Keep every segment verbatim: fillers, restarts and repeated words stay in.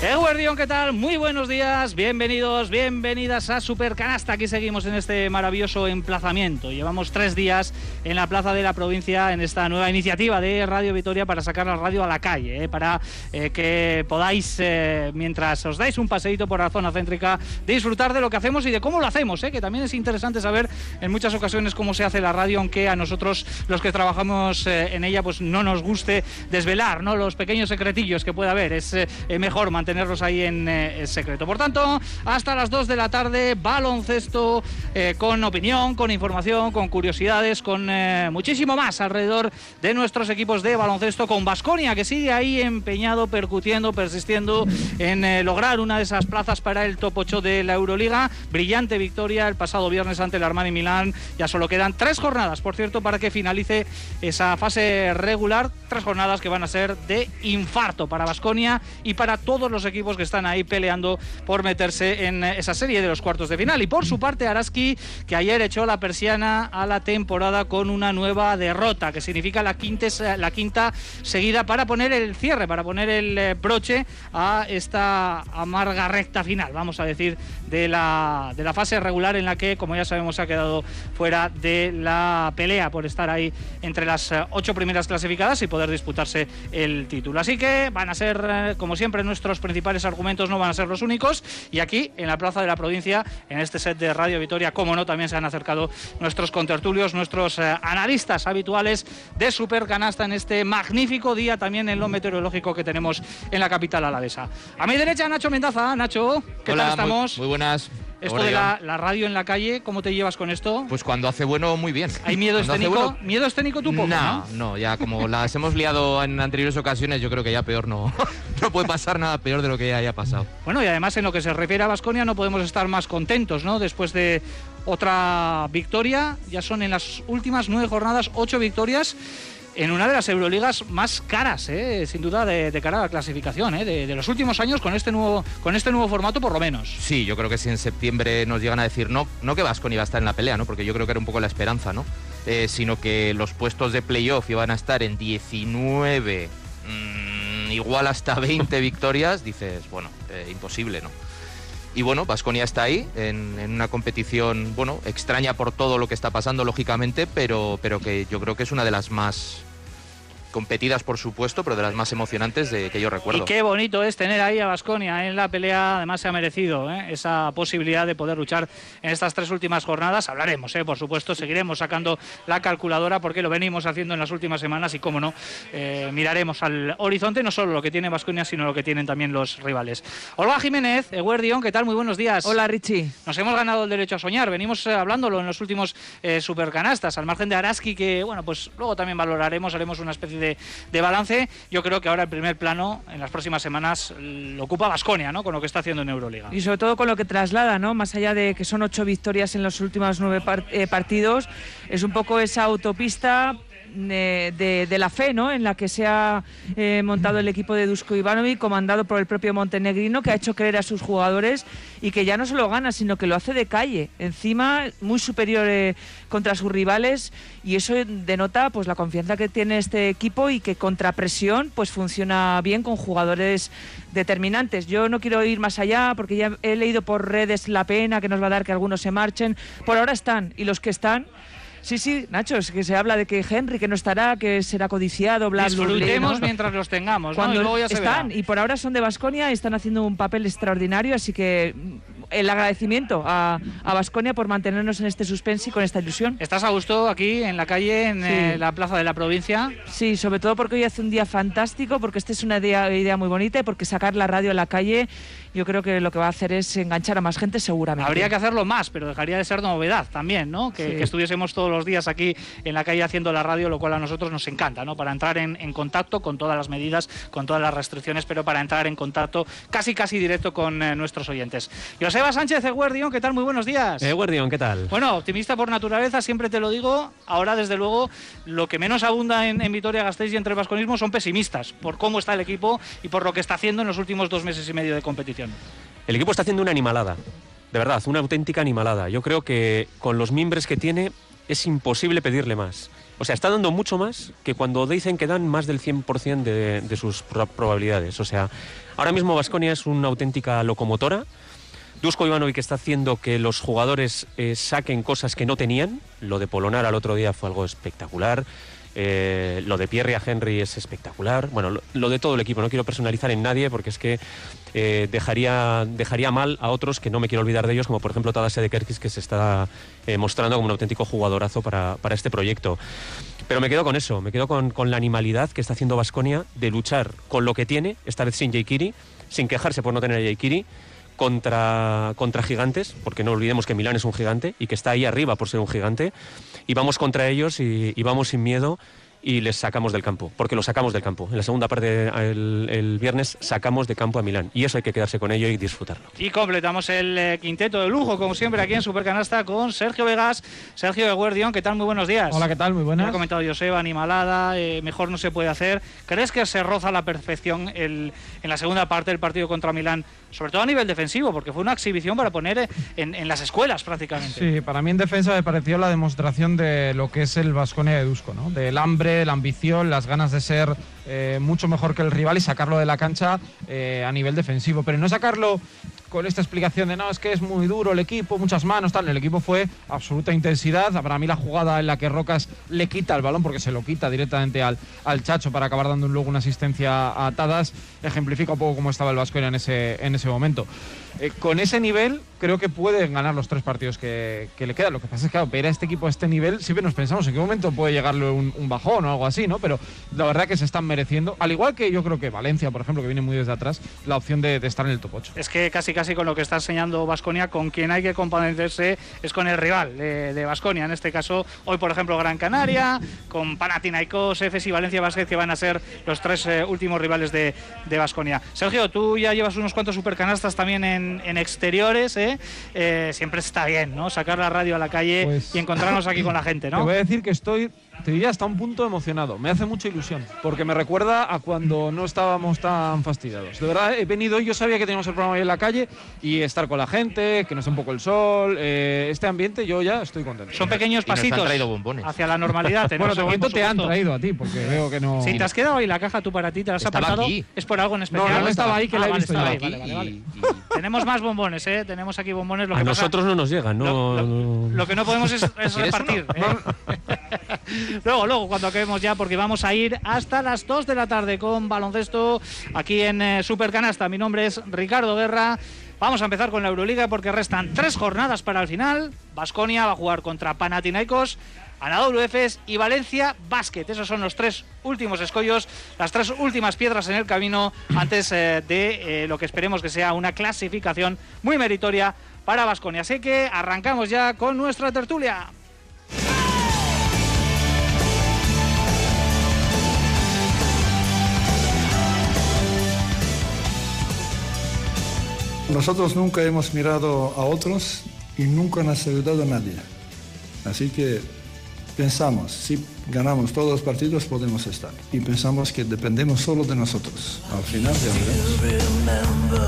Eguerdión, ¿qué tal? Muy buenos días, bienvenidos, bienvenidas a Supercanasta. Aquí seguimos en este maravilloso emplazamiento. Llevamos tres días en la Plaza de la Provincia en esta nueva iniciativa de Radio Vitoria para sacar la radio a la calle, ¿eh? para eh, que podáis, eh, mientras os dais un paseíto por la zona céntrica, disfrutar de lo que hacemos y de cómo lo hacemos, ¿eh? que también es interesante saber en muchas ocasiones cómo se hace la radio, aunque a nosotros, los que trabajamos eh, en ella, pues no nos guste desvelar, ¿no?, los pequeños secretillos que pueda haber. Es eh, mejor mantener tenerlos ahí en eh, secreto. Por tanto, hasta las dos de la tarde, baloncesto eh, con opinión, con información, con curiosidades, con eh, muchísimo más alrededor de nuestros equipos de baloncesto, con Baskonia, que sigue ahí empeñado, percutiendo, persistiendo en eh, lograr una de esas plazas para el top ocho de la Euroliga. Brillante victoria el pasado viernes ante el Armani Milán. Ya solo quedan tres jornadas, por cierto, para que finalice esa fase regular. Tres jornadas que van a ser de infarto para Baskonia y para todos los equipos que están ahí peleando por meterse en esa serie de los cuartos de final. Y por su parte, Araski, que ayer echó la persiana a la temporada con una nueva derrota, que significa la quinta, la quinta seguida para poner el cierre, para poner el broche a esta amarga recta final, vamos a decir, de la, de la fase regular, en la que, como ya sabemos, ha quedado fuera de la pelea por estar ahí entre las ocho primeras clasificadas y poder disputarse el título. Así que van a ser, como siempre, nuestros principales argumentos no van a ser los únicos, y aquí en la Plaza de la Provincia, en este set de Radio Vitoria, como no, también se han acercado nuestros contertulios, nuestros eh, analistas habituales de Supercanasta en este magnífico día, también en lo meteorológico que tenemos en la capital alavesa. A mi derecha, Nacho Mendaza. Nacho, ¿qué Hola, tal estamos? Muy, muy buenas. Esto de la, la radio en la calle, ¿cómo te llevas con esto? Pues cuando hace bueno, muy bien. ¿Hay miedo escénico? Bueno, ¿miedo escénico tú poco, no? No, no, ya como las hemos liado en anteriores ocasiones, yo creo que ya peor no. No puede pasar nada peor de lo que ya haya pasado. Bueno, y además en lo que se refiere a Baskonia no podemos estar más contentos, ¿no? Después de otra victoria, ya son en las últimas nueve jornadas, ocho victorias, en una de las Euroligas más caras, ¿eh? sin duda, de, de cara a la clasificación, ¿eh? de, de los últimos años, con este nuevo con este nuevo formato, por lo menos. Sí, yo creo que si en septiembre nos llegan a decir no, no que Baskonia iba a estar en la pelea, ¿no? Porque yo creo que era un poco la esperanza, ¿no? Eh, sino que los puestos de playoff iban a estar en diecinueve, mmm, igual hasta veinte victorias, dices, bueno, eh, imposible, ¿no? Y bueno, Baskonia está ahí en, en una competición, bueno, extraña por todo lo que está pasando, lógicamente, pero, pero que yo creo que es una de las más competidas, por supuesto, pero de las más emocionantes de que yo recuerdo. Y qué bonito es tener ahí a Baskonia en la pelea. Además se ha merecido ¿eh? esa posibilidad de poder luchar en estas tres últimas jornadas. Hablaremos, ¿eh? por supuesto, seguiremos sacando la calculadora, porque lo venimos haciendo en las últimas semanas, y cómo no, eh, miraremos al horizonte, no solo lo que tiene Baskonia, sino lo que tienen también los rivales. Olga Jiménez, Eguerdión, ¿qué tal? Muy buenos días. Hola, Richie. Nos hemos ganado el derecho a soñar, venimos eh, hablándolo en los últimos eh, Supercanastas, al margen de Araski, que bueno, pues luego también valoraremos, haremos una especie de De, de balance. Yo creo que ahora el primer plano en las próximas semanas lo ocupa Baskonia, ¿no? Con lo que está haciendo en Euroliga. Y sobre todo con lo que traslada, ¿no? Más allá de que son ocho victorias en los últimos nueve par eh, partidos, es un poco esa autopista De, de, de la fe, ¿no? En la que se ha eh, montado el equipo de Dusko Ivanovic, comandado por el propio montenegrino, que ha hecho creer a sus jugadores y que ya no solo gana, sino que lo hace de calle, encima muy superior eh, contra sus rivales, y eso denota pues la confianza que tiene este equipo, y que contra presión pues funciona bien con jugadores determinantes. Yo no quiero ir más allá, porque ya he leído por redes la pena que nos va a dar que algunos se marchen. Por ahora están, y los que están, sí, sí, Nacho, es que se habla de que Henry, que no estará, que será codiciado, bla, bla, bla. Disfrutemos, ¿no? Mientras los tengamos, Cuando ¿no? Y luego ya se están, verá. Y por ahora son de Baskonia y están haciendo un papel extraordinario, así que el agradecimiento a Baskonia por mantenernos en este suspense y con esta ilusión. ¿Estás a gusto aquí en la calle, en sí. eh, la Plaza de la Provincia? Sí, sobre todo porque hoy hace un día fantástico, porque esta es una idea, idea muy bonita, y porque sacar la radio a la calle, yo creo que lo que va a hacer es enganchar a más gente, seguramente. Habría que hacerlo más, pero dejaría de ser novedad también, ¿no? Que, sí. que estuviésemos todos los días aquí en la calle haciendo la radio, lo cual a nosotros nos encanta, ¿no? Para entrar en, en contacto con todas las medidas, con todas las restricciones, pero para entrar en contacto casi casi directo con eh, nuestros oyentes. Joseba Sánchez, Eguerdión, ¿qué tal? Muy buenos días. Eguerdión, ¿qué tal? Bueno, optimista por naturaleza, siempre te lo digo. Ahora, desde luego, lo que menos abunda en, en Vitoria-Gasteiz y entre el vasconismo son pesimistas por cómo está el equipo y por lo que está haciendo en los últimos dos meses y medio de competición. El equipo está haciendo una animalada, de verdad, una auténtica animalada. Yo creo que con los mimbres que tiene es imposible pedirle más. O O sea, está dando mucho más que cuando dicen que dan más del cien por ciento de, de sus pro probabilidades. O sea, ahora mismo Baskonia es una auténtica locomotora. Duško Ivanović está haciendo que los jugadores eh, saquen cosas que no tenían. Lo de Polonara el otro día fue algo espectacular. Eh, lo de Pierre Henry es espectacular. Bueno, lo, lo de todo el equipo. No quiero personalizar en nadie porque es que eh, dejaría, dejaría mal a otros que no me quiero olvidar de ellos, como por ejemplo Tadas Sedekerskis, que se está eh, mostrando como un auténtico jugadorazo para, para este proyecto. Pero me quedo con eso, me quedo con, con la animalidad que está haciendo Baskonia de luchar con lo que tiene, esta vez sin Jaikiri, sin quejarse por no tener a Jaikiri, contra, contra gigantes, porque no olvidemos que Milán es un gigante y que está ahí arriba por ser un gigante, y vamos contra ellos y, y vamos sin miedo y les sacamos del campo, porque los sacamos del campo. En la segunda parte, el, el viernes, sacamos de campo a Milán, y eso hay que quedarse con ello y disfrutarlo. Y completamos el eh, quinteto de lujo, como siempre, aquí en Supercanasta con Sergio Vegas, Sergio Eguerdión. ¿Qué tal? Muy buenos días. Hola, ¿qué tal? Muy buenas. Ha comentado Joseba, animalada, eh, mejor no se puede hacer. ¿Crees que se roza a la perfección el, en la segunda parte del partido contra Milán, sobre todo a nivel defensivo, porque fue una exhibición para poner en, en las escuelas prácticamente? Sí, para mí en defensa me pareció la demostración de lo que es el Baskonia de Duško, ¿no? Del hambre, la ambición, las ganas de ser eh, mucho mejor que el rival y sacarlo de la cancha eh, a nivel defensivo, pero no sacarlo con esta explicación de no, es que es muy duro el equipo, muchas manos, tal. El equipo fue absoluta intensidad. Para mí la jugada en la que Rocas le quita el balón, porque se lo quita directamente al, al Chacho para acabar dando luego una asistencia a Tadas, ejemplifica un poco cómo estaba el Baskonia en ese, en ese momento. Eh, con ese nivel creo que pueden ganar los tres partidos que, que le quedan. Lo que pasa es que, claro, ver a este equipo a este nivel, siempre nos pensamos en qué momento puede llegarle un, un bajón o algo así, ¿no? Pero la verdad que se están mereciendo, al igual que yo creo que Valencia, por ejemplo, que viene muy desde atrás, la opción de, de estar en el top ocho. Es que casi casi con lo que está enseñando Baskonia, con quien hay que compadecerse es con el rival de Baskonia, en este caso hoy por ejemplo Gran Canaria, con Panathinaikos, Efes y Valencia Basket, que van a ser los tres eh, últimos rivales de Baskonia. Sergio, tú ya llevas unos cuantos supercanastas también en, en exteriores, ¿eh? Eh, siempre está bien, ¿no? Sacar la radio a la calle pues, y encontrarnos aquí con la gente, ¿no? Te voy a decir que estoy, te diría, hasta un punto emocionado. Me hace mucha ilusión, porque me recuerda a cuando no estábamos tan fastidiados. De verdad, he venido y yo sabía que teníamos el programa ahí en la calle y estar con la gente, que nos dé un poco el sol, eh, este ambiente, yo ya estoy contento. Son pequeños pasitos han traído bombones hacia la normalidad. Bueno, de momento te han traído a ti, porque veo que no... Si te has quedado ahí la caja tú para ti, te la has estaba apartado, aquí. Es por algo en especial. No, no, no estaba ahí, que ah, la he vale, visto yo. Ahí, aquí vale, vale, vale. Y, y... Tenemos más bombones, ¿eh? Tenemos aquí bombones. Lo que a pasa, nosotros no nos llegan, no... Lo, lo, no... lo que no podemos es, es repartir. ¿eh? luego, luego, cuando acabemos ya, porque vamos a ir hasta las dos de la tarde con baloncesto aquí en eh, Supercanasta. Mi nombre es Ricardo Guerra. Vamos a empezar con la Euroliga porque restan tres jornadas para el final. Baskonia va a jugar contra Panathinaikos, Anadolu Efes y Valencia Basket. Esos son los tres últimos escollos, las tres últimas piedras en el camino antes eh, de eh, lo que esperemos que sea una clasificación muy meritoria para Baskonia. Así que arrancamos ya con nuestra tertulia. Nosotros nunca hemos mirado a otros y nunca nos ha ayudado a nadie. Así que pensamos, si ganamos todos los partidos podemos estar. Y pensamos que dependemos solo de nosotros. Al final ya veremos.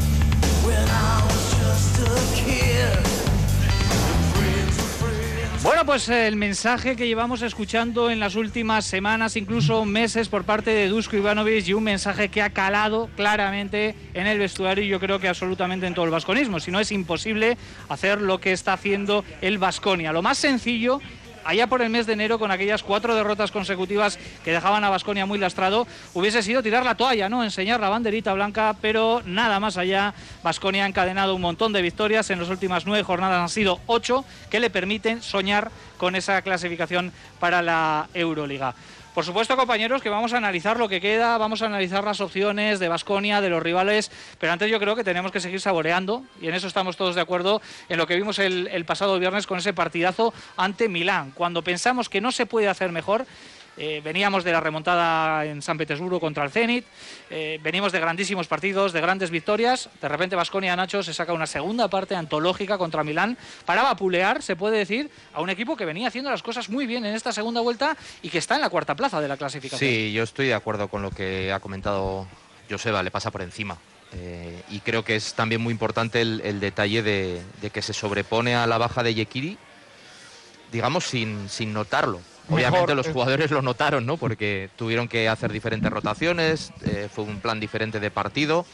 Bueno, pues el mensaje que llevamos escuchando en las últimas semanas, incluso meses, por parte de Duško Ivanović, y un mensaje que ha calado claramente en el vestuario y yo creo que absolutamente en todo el baskonismo. Si no, es imposible hacer lo que está haciendo el Baskonia. Lo más sencillo, allá por el mes de enero, con aquellas cuatro derrotas consecutivas que dejaban a Baskonia muy lastrado, hubiese sido tirar la toalla, ¿no? Enseñar la banderita blanca, pero nada más allá. Baskonia ha encadenado un montón de victorias. En las últimas nueve jornadas han sido ocho que le permiten soñar con esa clasificación para la Euroliga. Por supuesto, compañeros, que vamos a analizar lo que queda, vamos a analizar las opciones de Baskonia, de los rivales, pero antes yo creo que tenemos que seguir saboreando, y en eso estamos todos de acuerdo, en lo que vimos el, el pasado viernes con ese partidazo ante Milán. Cuando pensamos que no se puede hacer mejor, eh, veníamos de la remontada en San Petersburgo contra el Zenit, eh, venimos de grandísimos partidos, de grandes victorias. De repente Baskonia, Nacho, se saca una segunda parte antológica contra Milán para vapulear, se puede decir, a un equipo que venía haciendo las cosas muy bien en esta segunda vuelta y que está en la cuarta plaza de la clasificación. Sí, yo estoy de acuerdo con lo que ha comentado Joseba, le pasa por encima. Eh, y creo que es también muy importante el, el detalle de, de que se sobrepone a la baja de Jaikiri, digamos, sin, sin notarlo. Obviamente mejor, los eh, jugadores lo notaron, ¿no? Porque tuvieron que hacer diferentes rotaciones, eh, fue un plan diferente de partido,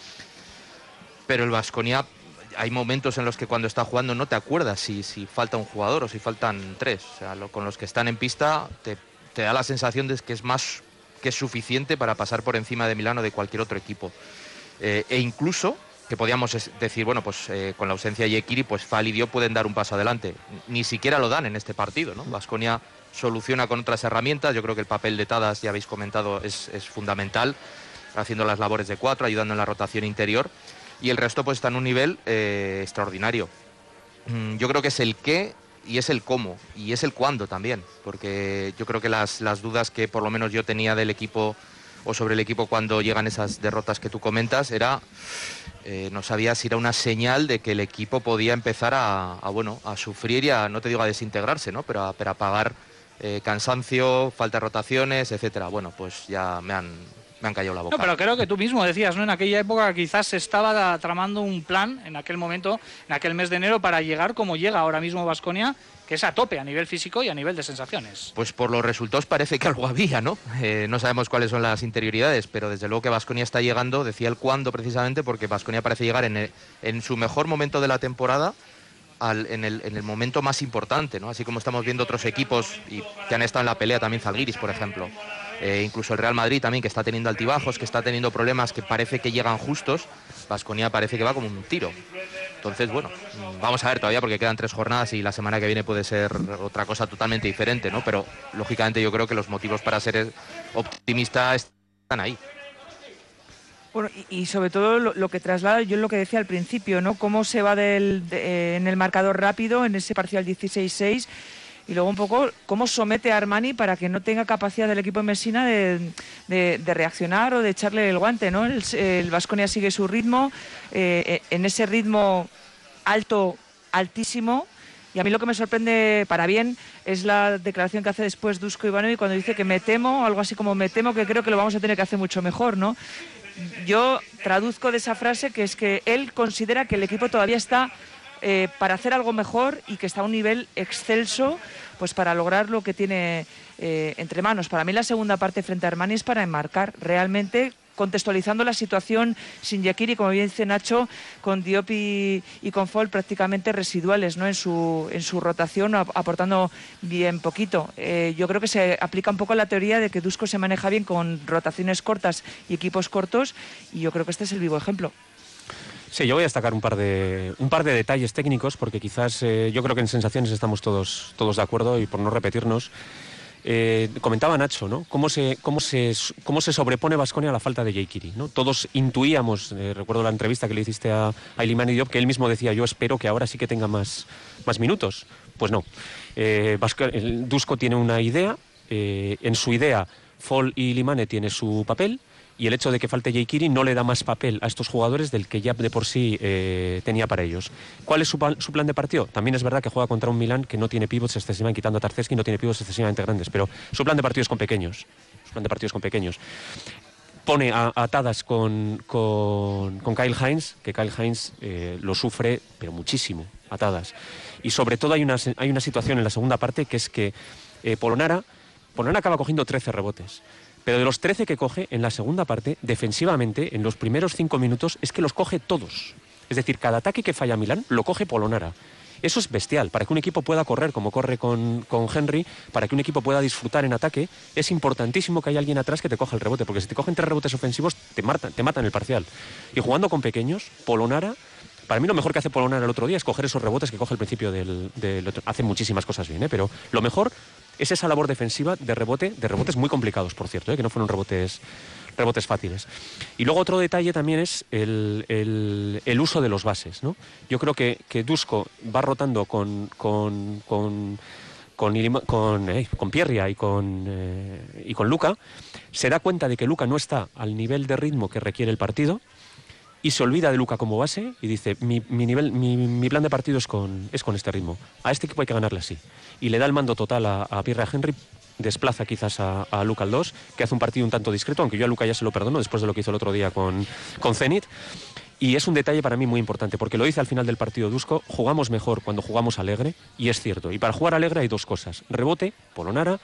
pero el Baskonia hay momentos en los que cuando está jugando no te acuerdas si, si falta un jugador o si faltan tres. O sea, lo, con los que están en pista te, te da la sensación de que es más que suficiente para pasar por encima de Milán o de cualquier otro equipo. Eh, e incluso que podíamos decir, bueno, pues eh, con la ausencia de Yekiri, pues Fall y Diop pueden dar un paso adelante. Ni siquiera lo dan en este partido, ¿no? Baskonia soluciona con otras herramientas. Yo creo que el papel de Tadas, ya habéis comentado, es, es fundamental, haciendo las labores de cuatro, ayudando en la rotación interior. Y el resto pues está en un nivel eh, extraordinario. Mm, yo creo que es el qué y es el cómo y es el cuándo también, porque yo creo que las, las dudas que por lo menos yo tenía del equipo o sobre el equipo cuando llegan esas derrotas que tú comentas era eh, no sabía si era una señal de que el equipo podía empezar a, a bueno a sufrir y a, no te digo a desintegrarse, ¿no? pero a, pero a pagar eh, cansancio, falta de rotaciones, etcétera. Bueno, pues ya me han me han callado la boca. No, pero creo que tú mismo decías, ¿no? En aquella época quizás se estaba tramando un plan en aquel momento, en aquel mes de enero, para llegar como llega ahora mismo Baskonia, que es a tope a nivel físico y a nivel de sensaciones. Pues por los resultados parece que algo había, ¿no? Eh, no sabemos cuáles son las interioridades, pero desde luego que Baskonia está llegando, decía el cuándo precisamente, porque Baskonia parece llegar en, el, en su mejor momento de la temporada, al, en, el, en el momento más importante, ¿no? Así como estamos viendo otros equipos y que han estado en la pelea, también Zalgiris, por ejemplo. Eh, incluso el Real Madrid también, que está teniendo altibajos, que está teniendo problemas que parece que llegan justos. Baskonia parece que va como un tiro. Entonces, bueno, vamos a ver todavía porque quedan tres jornadas y la semana que viene puede ser otra cosa totalmente diferente, ¿no? Pero, lógicamente, yo creo que los motivos para ser optimista están ahí. Bueno, y, y sobre todo lo, lo que traslada, yo lo que decía al principio, ¿no? Cómo se va del, de, en el marcador rápido, en ese parcial dieciséis seis, y luego un poco cómo somete a Armani para que no tenga capacidad del equipo de Messina de, de, de reaccionar o de echarle el guante, ¿no? El Baskonia sigue su ritmo, eh, en ese ritmo alto, altísimo. Y a mí lo que me sorprende para bien es la declaración que hace después Dusko Ivanovic cuando dice que me temo, algo así como me temo que creo que lo vamos a tener que hacer mucho mejor, ¿no? Yo traduzco de esa frase que es que él considera que el equipo todavía está eh, para hacer algo mejor y que está a un nivel excelso pues para lograr lo que tiene eh, entre manos. Para mí la segunda parte frente a Armani es para enmarcar realmente, contextualizando la situación sin Yekiri, como bien dice Nacho, con Diop y, y con Fall prácticamente residuales, ¿no? en su en su rotación, aportando bien poquito. Eh, yo creo que se aplica un poco la teoría de que Dusko se maneja bien con rotaciones cortas y equipos cortos, y yo creo que este es el vivo ejemplo. Sí, yo voy a destacar un par de un par de detalles técnicos, porque quizás eh, yo creo que en sensaciones estamos todos, todos de acuerdo, y por no repetirnos, Eh, comentaba Nacho, ¿no? Cómo se, cómo se, cómo se sobrepone Baskonia a la falta de Yekiri, ¿no? Todos intuíamos, eh, recuerdo la entrevista que le hiciste a, a Ilimani Diop, que él mismo decía, yo espero que ahora sí que tenga más, más minutos. Pues no. Eh, Basko, el Dusko tiene una idea, eh, en su idea Fall y Limane tiene su papel, y el hecho de que falte Yekiri no le da más papel a estos jugadores del que ya de por sí eh, tenía para ellos. ¿Cuál es su, su plan de partido? También es verdad que juega contra un Milán que no tiene pivots excesivamente, quitando a Tarceski, no tiene pivots excesivamente grandes, pero su plan de partido es con pequeños. Su plan de partido es con pequeños. Pone a, a Tadas con, con, con Kyle Hines, que Kyle Hines eh, lo sufre, pero muchísimo, a Tadas. Y sobre todo hay una, hay una situación en la segunda parte, que es que eh, Polonara, Polonara acaba cogiendo trece rebotes. Pero de los trece que coge, en la segunda parte, defensivamente, en los primeros cinco minutos, es que los coge todos. Es decir, cada ataque que falla Milán, lo coge Polonara. Eso es bestial. Para que un equipo pueda correr como corre con, con Henry, para que un equipo pueda disfrutar en ataque, es importantísimo que haya alguien atrás que te coja el rebote, porque si te cogen tres rebotes ofensivos, te matan, te matan el parcial. Y jugando con pequeños, Polonara, para mí lo mejor que hace Polonara el otro día es coger esos rebotes que coge al principio del, del otro. Hace muchísimas cosas bien, ¿eh? Pero lo mejor es esa labor defensiva de rebote, de rebotes muy complicados, por cierto, ¿eh? Que no fueron rebotes, rebotes fáciles. Y luego otro detalle también es el, el, el uso de los bases, ¿no? Yo creo que, que Dusko va rotando con con, con, con, con, eh, con Pierria y con, eh, y con Luka, se da cuenta de que Luka no está al nivel de ritmo que requiere el partido, y se olvida de Luka como base y dice, mi, mi, nivel, mi, mi plan de partido es con, es con este ritmo. A este equipo hay que ganarle así. Y le da el mando total a, a Pierre Henry, desplaza quizás a, a Luka al dos, que hace un partido un tanto discreto, aunque yo a Luka ya se lo perdono después de lo que hizo el otro día con, con Zenit. Y es un detalle para mí muy importante, porque lo dice al final del partido Dusko, jugamos mejor cuando jugamos alegre, y es cierto. Y para jugar alegre hay dos cosas, rebote, Polonara,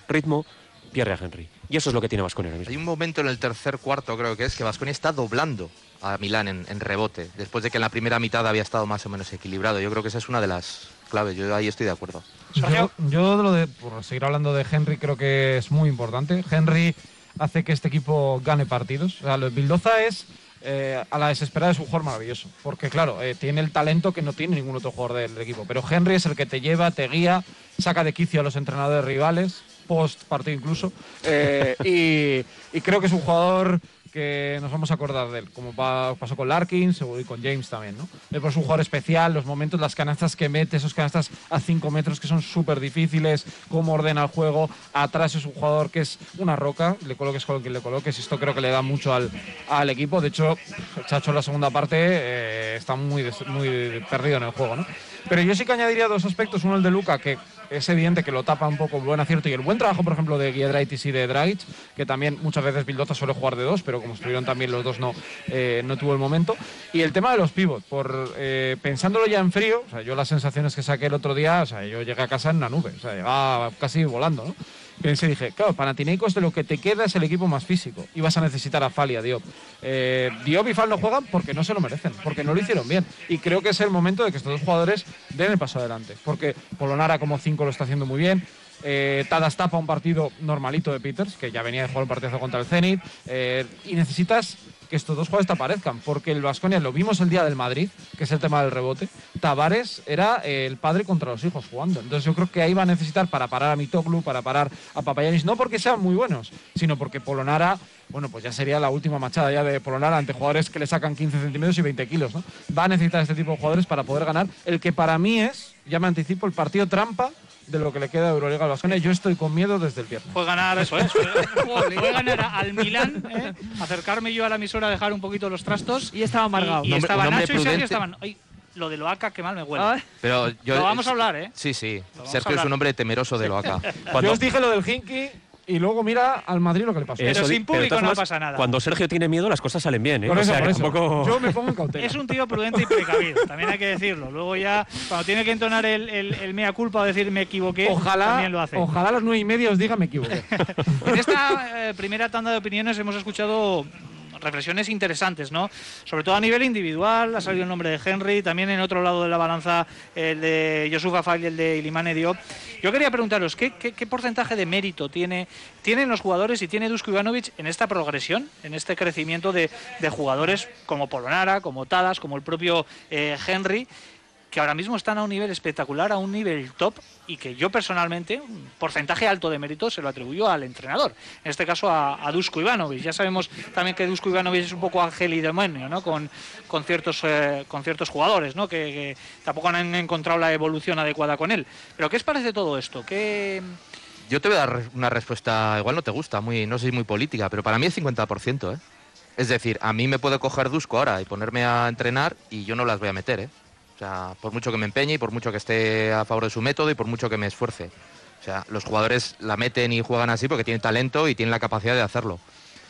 ritmo, pierde a Henry. Y eso es lo que tiene Baskonia ahora mismo. Hay un momento en el tercer cuarto, creo que es, que Baskonia está doblando a Milán en, en rebote, después de que en la primera mitad había estado más o menos equilibrado. Yo creo que esa es una de las claves, yo ahí estoy de acuerdo. Yo, yo de lo de, por seguir hablando de Henry, creo que es muy importante. Henry hace que este equipo gane partidos. O sea, lo de Vildoza es, eh, a la desesperada, es un jugador maravilloso. Porque, claro, eh, tiene el talento que no tiene ningún otro jugador del equipo. Pero Henry es el que te lleva, te guía, saca de quicio a los entrenadores rivales, post partido incluso. Eh, y, y creo que es un jugador que nos vamos a acordar de él, como pa, pasó con Larkins y con James también, ¿no? Es un jugador especial, los momentos, las canastas que mete, esos canastas a cinco metros que son súper difíciles, cómo ordena el juego. Atrás es un jugador que es una roca, le coloques con quien le coloques, esto creo que le da mucho al, al equipo. De hecho, el Chacho en la segunda parte eh, está muy, des, muy perdido en el juego, ¿no? Pero yo sí que añadiría dos aspectos, uno el de Luka, que es evidente que lo tapa un poco el buen acierto y el buen trabajo, por ejemplo, de Giedraitis y de Dragic, que también muchas veces Vildoza suele jugar de dos, pero como estuvieron también los dos no, eh, no tuvo el momento. Y el tema de los pivots, por eh, pensándolo ya en frío, o sea, yo las sensaciones que saqué el otro día, o sea, yo llegué a casa en una nube, o sea, llegaba casi volando, ¿no? Pensé, dije, claro, Panathinaikos de lo que te queda es el equipo más físico y vas a necesitar a Fall y a Diop. Eh, Diop y Fall no juegan porque no se lo merecen, porque no lo hicieron bien. Y creo que es el momento de que estos dos jugadores den el paso adelante, porque Polonara como cinco lo está haciendo muy bien. Eh, Tadas tapa un partido normalito de Peters, que ya venía de jugar un partido contra el Zenit, eh, y necesitas que estos dos jugadores te aparezcan, porque el Baskonia lo vimos el día del Madrid, que es el tema del rebote. Tavares era el padre contra los hijos jugando, entonces yo creo que ahí va a necesitar para parar a Mitoglu, para parar a Papagiannis, no porque sean muy buenos, sino porque Polonara, bueno, pues ya sería la última machada ya de Polonara ante jugadores que le sacan quince centímetros y veinte kilos, ¿no? Va a necesitar este tipo de jugadores para poder ganar el que para mí es, ya me anticipo, el partido trampa de lo que le queda de Euroliga al Baskonia. Yo estoy con miedo desde el viernes. Puede ganar, eso es. Puede ganar al Milán, ¿eh? Acercarme yo a la emisora, dejar un poquito los trastos. Y estaba amargado. Y, y estaba Nacho prudente. y Sergio estaban. Ay, lo de Loaca, que mal me huele. Ay. Pero yo, lo vamos a hablar, ¿eh? Sí, sí. Vamos Sergio es un hombre temeroso de lo acá. Yo os dije lo del Hinky y luego mira al Madrid lo que le pasó. Pero Eso, sin pero de público todas no formas, pasa nada. Cuando Sergio tiene miedo, las cosas salen bien, ¿eh? Por eso, o sea, por que eso. tampoco... Yo me pongo en cautela. Es un tío prudente y precavido, también hay que decirlo. Luego ya, cuando tiene que entonar el, el, el mea culpa o decir me equivoqué, Ojalá, también lo hace. ojalá a las nueve y media os diga me equivoqué. En esta eh, primera tanda de opiniones hemos escuchado reflexiones interesantes, ¿no? Sobre todo a nivel individual, ha salido el nombre de Henry, también en otro lado de la balanza el de Youssoufa Fall y el de Ilimane Diop. Yo quería preguntaros, ¿qué, qué, qué porcentaje de mérito tiene, tienen los jugadores y tiene Dusko Ivanovic en esta progresión, en este crecimiento de, de jugadores como Polonara, como Tadas, como el propio eh, Henry, que ahora mismo están a un nivel espectacular, a un nivel top, y que yo personalmente, un porcentaje alto de mérito se lo atribuyo al entrenador, en este caso a, a Dusko Ivanovic. Ya sabemos también que Dusko Ivanovic es un poco ángel y demonio, ¿no? Con, con, ciertos, eh, con ciertos jugadores, ¿no? Que, que tampoco han encontrado la evolución adecuada con él. Pero ¿qué os parece todo esto? ¿Qué... Yo te voy a dar una respuesta, igual no te gusta, muy, no sé si muy política, pero para mí es cincuenta por ciento, ¿eh? Es decir, a mí me puede coger Dusko ahora y ponerme a entrenar y yo no las voy a meter, ¿eh? O sea, por mucho que me empeñe y por mucho que esté a favor de su método y por mucho que me esfuerce. O sea, los jugadores la meten y juegan así porque tienen talento y tienen la capacidad de hacerlo.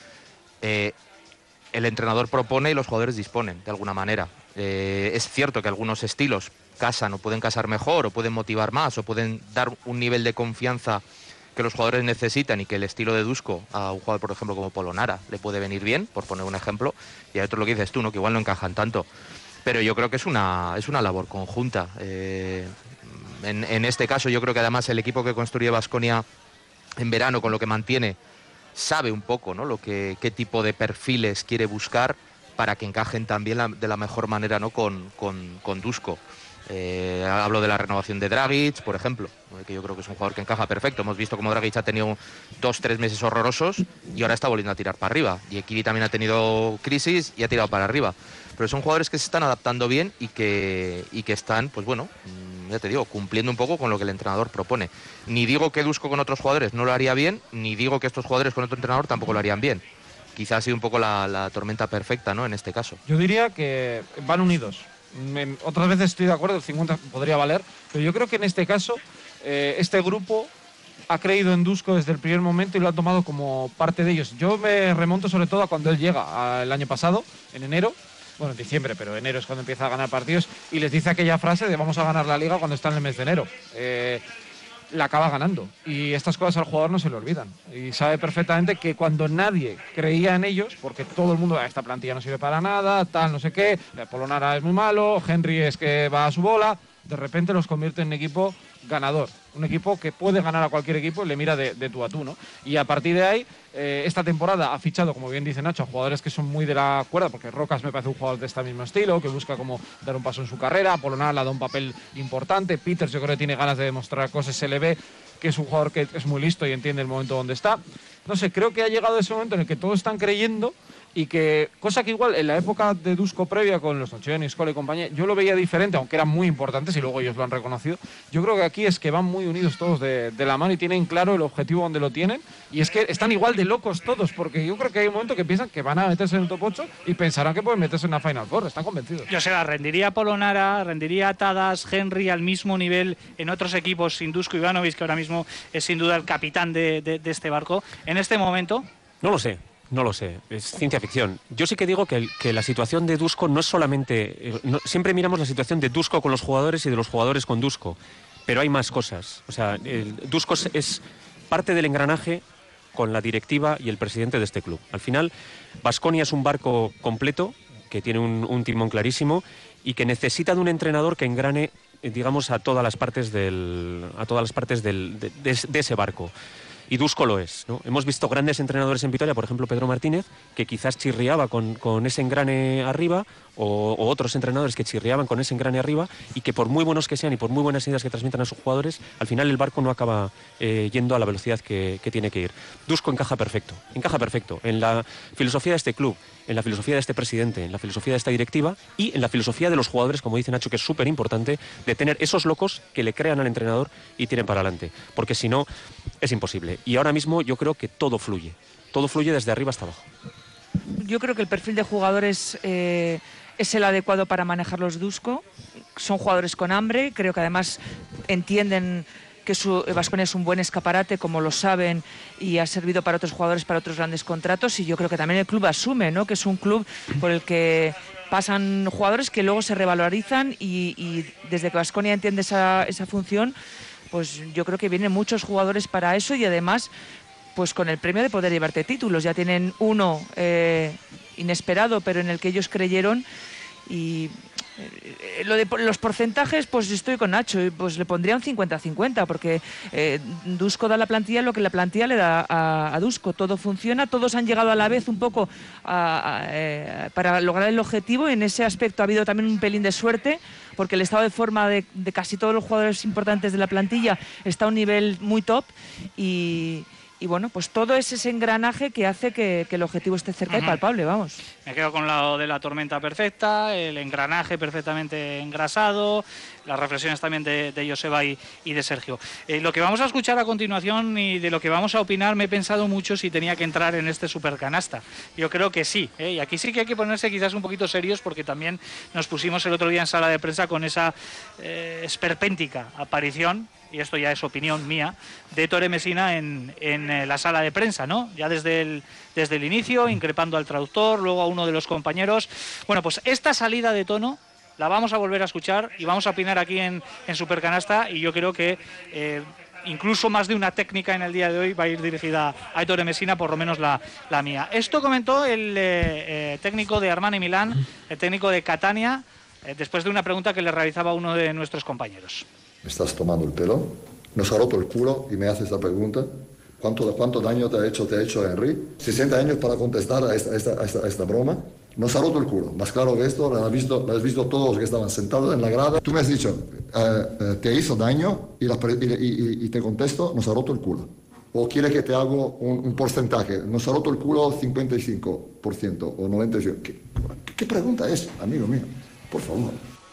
Eh, el entrenador propone y los jugadores disponen, de alguna manera. Eh, es cierto que algunos estilos casan o pueden casar mejor o pueden motivar más o pueden dar un nivel de confianza que los jugadores necesitan y que el estilo de Dusko a un jugador, por ejemplo, como Polonara le puede venir bien, por poner un ejemplo. Y hay otro lo que dices tú, ¿no? Que igual no encajan tanto. Pero yo creo que es una, es una labor conjunta. Eh, en, en este caso yo creo que además el equipo que construye Baskonia en verano, con lo que mantiene, sabe un poco, ¿no? Lo que, qué tipo de perfiles quiere buscar para que encajen también la, de la mejor manera, ¿no? con, con, con Dusko. Eh, hablo de la renovación de Dragic, por ejemplo, que yo creo que es un jugador que encaja perfecto. Hemos visto cómo Dragic ha tenido dos, tres meses horrorosos y ahora está volviendo a tirar para arriba. Y Ekiri también ha tenido crisis y ha tirado para arriba. Pero son jugadores que se están adaptando bien y que, y que están, pues bueno, ya te digo, cumpliendo un poco con lo que el entrenador propone. Ni digo que Dusko con otros jugadores no lo haría bien, ni digo que estos jugadores con otro entrenador tampoco lo harían bien. Quizás ha sido un poco la, la tormenta perfecta, ¿no? En este caso. Yo diría que van unidos. Me, otras veces estoy de acuerdo, el cincuenta podría valer, pero yo creo que en este caso eh, este grupo ha creído en Dusko desde el primer momento y lo ha tomado como parte de ellos. Yo me remonto sobre todo a cuando él llega, el año pasado, en enero, bueno, en diciembre, pero enero es cuando empieza a ganar partidos y les dice aquella frase de vamos a ganar la liga cuando está en el mes de enero. Eh, la acaba ganando. Y estas cosas al jugador no se le olvidan. Y sabe perfectamente que cuando nadie creía en ellos, porque todo el mundo, esta plantilla no sirve para nada, tal, no sé qué, Polonara es muy malo, Henry es que va a su bola, de repente los convierte en un equipo ganador. Un equipo que puede ganar a cualquier equipo y le mira de, de tú a tú, ¿no? Y a partir de ahí, eh, esta temporada ha fichado, como bien dice Nacho, a jugadores que son muy de la cuerda, porque Rocas me parece un jugador de este mismo estilo, que busca como dar un paso en su carrera, Polonara le da un papel importante, Peters yo creo que tiene ganas de demostrar cosas, se le ve que es un jugador que es muy listo y entiende el momento donde está. No sé, creo que ha llegado ese momento en el que todos están creyendo y que, cosa que igual en la época de Dusko previa con los Tonchoni, Scola y compañía, yo lo veía diferente, aunque eran muy importantes y luego ellos lo han reconocido. Yo creo que aquí es que van muy unidos todos de, de la mano y tienen claro el objetivo donde lo tienen, y es que están igual de locos todos, porque yo creo que hay un momento que piensan que van a meterse en el top ocho y pensarán que pueden meterse en una Final Four, están convencidos. Yo sé, rendiría Polonara, rendiría Tadas, Henry al mismo nivel en otros equipos sin Dusko Ivanovic, que ahora mismo es sin duda el capitán de, de, de este barco. En este momento... No lo sé. No lo sé, es ciencia ficción. Yo sí que digo que, el, que la situación de Dusko no es solamente... Eh, no, siempre miramos la situación de Dusko con los jugadores y de los jugadores con Dusko, pero hay más cosas. O sea, el, Dusko es, es parte del engranaje con la directiva y el presidente de este club. Al final, Baskonia es un barco completo, que tiene un, un timón clarísimo y que necesita de un entrenador que engrane, eh, digamos, a todas las partes del, a todas las partes del, de, de, de ese barco. Y Dusko lo es, ¿no? Hemos visto grandes entrenadores en Vitoria, por ejemplo Pedro Martínez, que quizás chirriaba con, con ese engrane arriba, o, o otros entrenadores que chirriaban con ese engrane arriba, y que por muy buenos que sean y por muy buenas ideas que transmitan a sus jugadores, al final el barco no acaba eh, yendo a la velocidad que, que tiene que ir. Dusko encaja perfecto, encaja perfecto en la filosofía de este club, en la filosofía de este presidente, en la filosofía de esta directiva y en la filosofía de los jugadores, como dice Nacho, que es súper importante, de tener esos locos que le crean al entrenador y tiren para adelante, porque si no, es imposible. Y ahora mismo yo creo que todo fluye, todo fluye desde arriba hasta abajo. Yo creo que el perfil de jugadores eh, es el adecuado para manejar los Dusko. Son jugadores con hambre, creo que además entienden que su Baskonia es un buen escaparate, como lo saben, y ha servido para otros jugadores, para otros grandes contratos, y yo creo que también el club asume, ¿no?, que es un club por el que pasan jugadores que luego se revalorizan, y, y desde que Baskonia entiende esa, esa función, pues yo creo que vienen muchos jugadores para eso, y además pues con el premio de poder llevarte títulos. Ya tienen uno eh, inesperado, pero en el que ellos creyeron, y eh, lo de los porcentajes, pues estoy con Nacho, pues le pondría un cincuenta cincuenta, porque eh, Dusko da a la plantilla lo que la plantilla le da a, a Dusko. Todo funciona, todos han llegado a la vez un poco a, a, eh, para lograr el objetivo. En ese aspecto ha habido también un pelín de suerte, porque el estado de forma de, de casi todos los jugadores importantes de la plantilla está a un nivel muy top, y... Y bueno, pues todo es ese engranaje que hace que, que el objetivo esté cerca uh-huh. y palpable, vamos. Me quedo con lo de la tormenta perfecta, el engranaje perfectamente engrasado, las reflexiones también de, de Joseba y, y de Sergio. Eh, lo que vamos a escuchar a continuación y de lo que vamos a opinar, me he pensado mucho si tenía que entrar en este supercanasta. Yo creo que sí, ¿eh? Y aquí sí que hay que ponerse quizás un poquito serios, porque también nos pusimos el otro día en sala de prensa con esa eh, esperpéntica aparición, y esto ya es opinión mía, de Ettore Messina en, en eh, la sala de prensa, ¿no? Ya desde el, desde el inicio, increpando al traductor, luego a uno de los compañeros. Bueno, pues esta salida de tono la vamos a volver a escuchar y vamos a opinar aquí en, en Supercanasta, y yo creo que eh, incluso más de una técnica en el día de hoy va a ir dirigida a Ettore Messina, por lo menos la, la mía. Esto comentó el eh, eh, técnico de Armani Milán, el técnico de Catania, eh, después de una pregunta que le realizaba uno de nuestros compañeros. Me estás tomando el pelo, nos ha roto el culo y me haces esta pregunta. ¿Cuánto, cuánto daño te ha hecho, te ha hecho Henry? sesenta años para contestar a esta, a esta, a esta, a esta broma. Nos ha roto el culo. Más claro que esto, lo has visto, lo has visto todos los que estaban sentados en la grada. Tú me has dicho, eh, eh, te hizo daño, y, la, y, y, y te contesto, nos ha roto el culo. O quiere que te hago un, un porcentaje. Nos ha roto el culo cincuenta y cinco por ciento o noventa y cinco por ciento. ¿Qué, qué pregunta es, amigo mío? Por favor.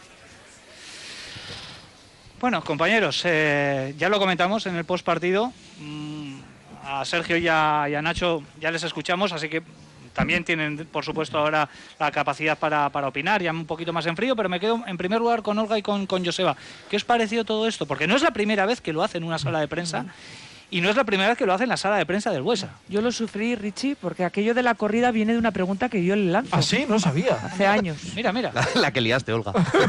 Bueno, compañeros, eh, ya lo comentamos en el postpartido. Mm, a Sergio y a, y a Nacho ya les escuchamos, así que también tienen, por supuesto, ahora la capacidad para, para opinar, ya un poquito más en frío, pero me quedo en primer lugar con Olga y con, con Joseba. ¿Qué os pareció todo esto? Porque no es la primera vez que lo hacen en una sala de prensa, Y no es la primera vez que lo hace en la sala de prensa del Buesa. Yo lo sufrí, Richie, porque aquello de la corrida viene de una pregunta que yo le lanzo. ¿Ah, sí? No sabía. Hace años. Mira, mira. La, la que liaste, Olga.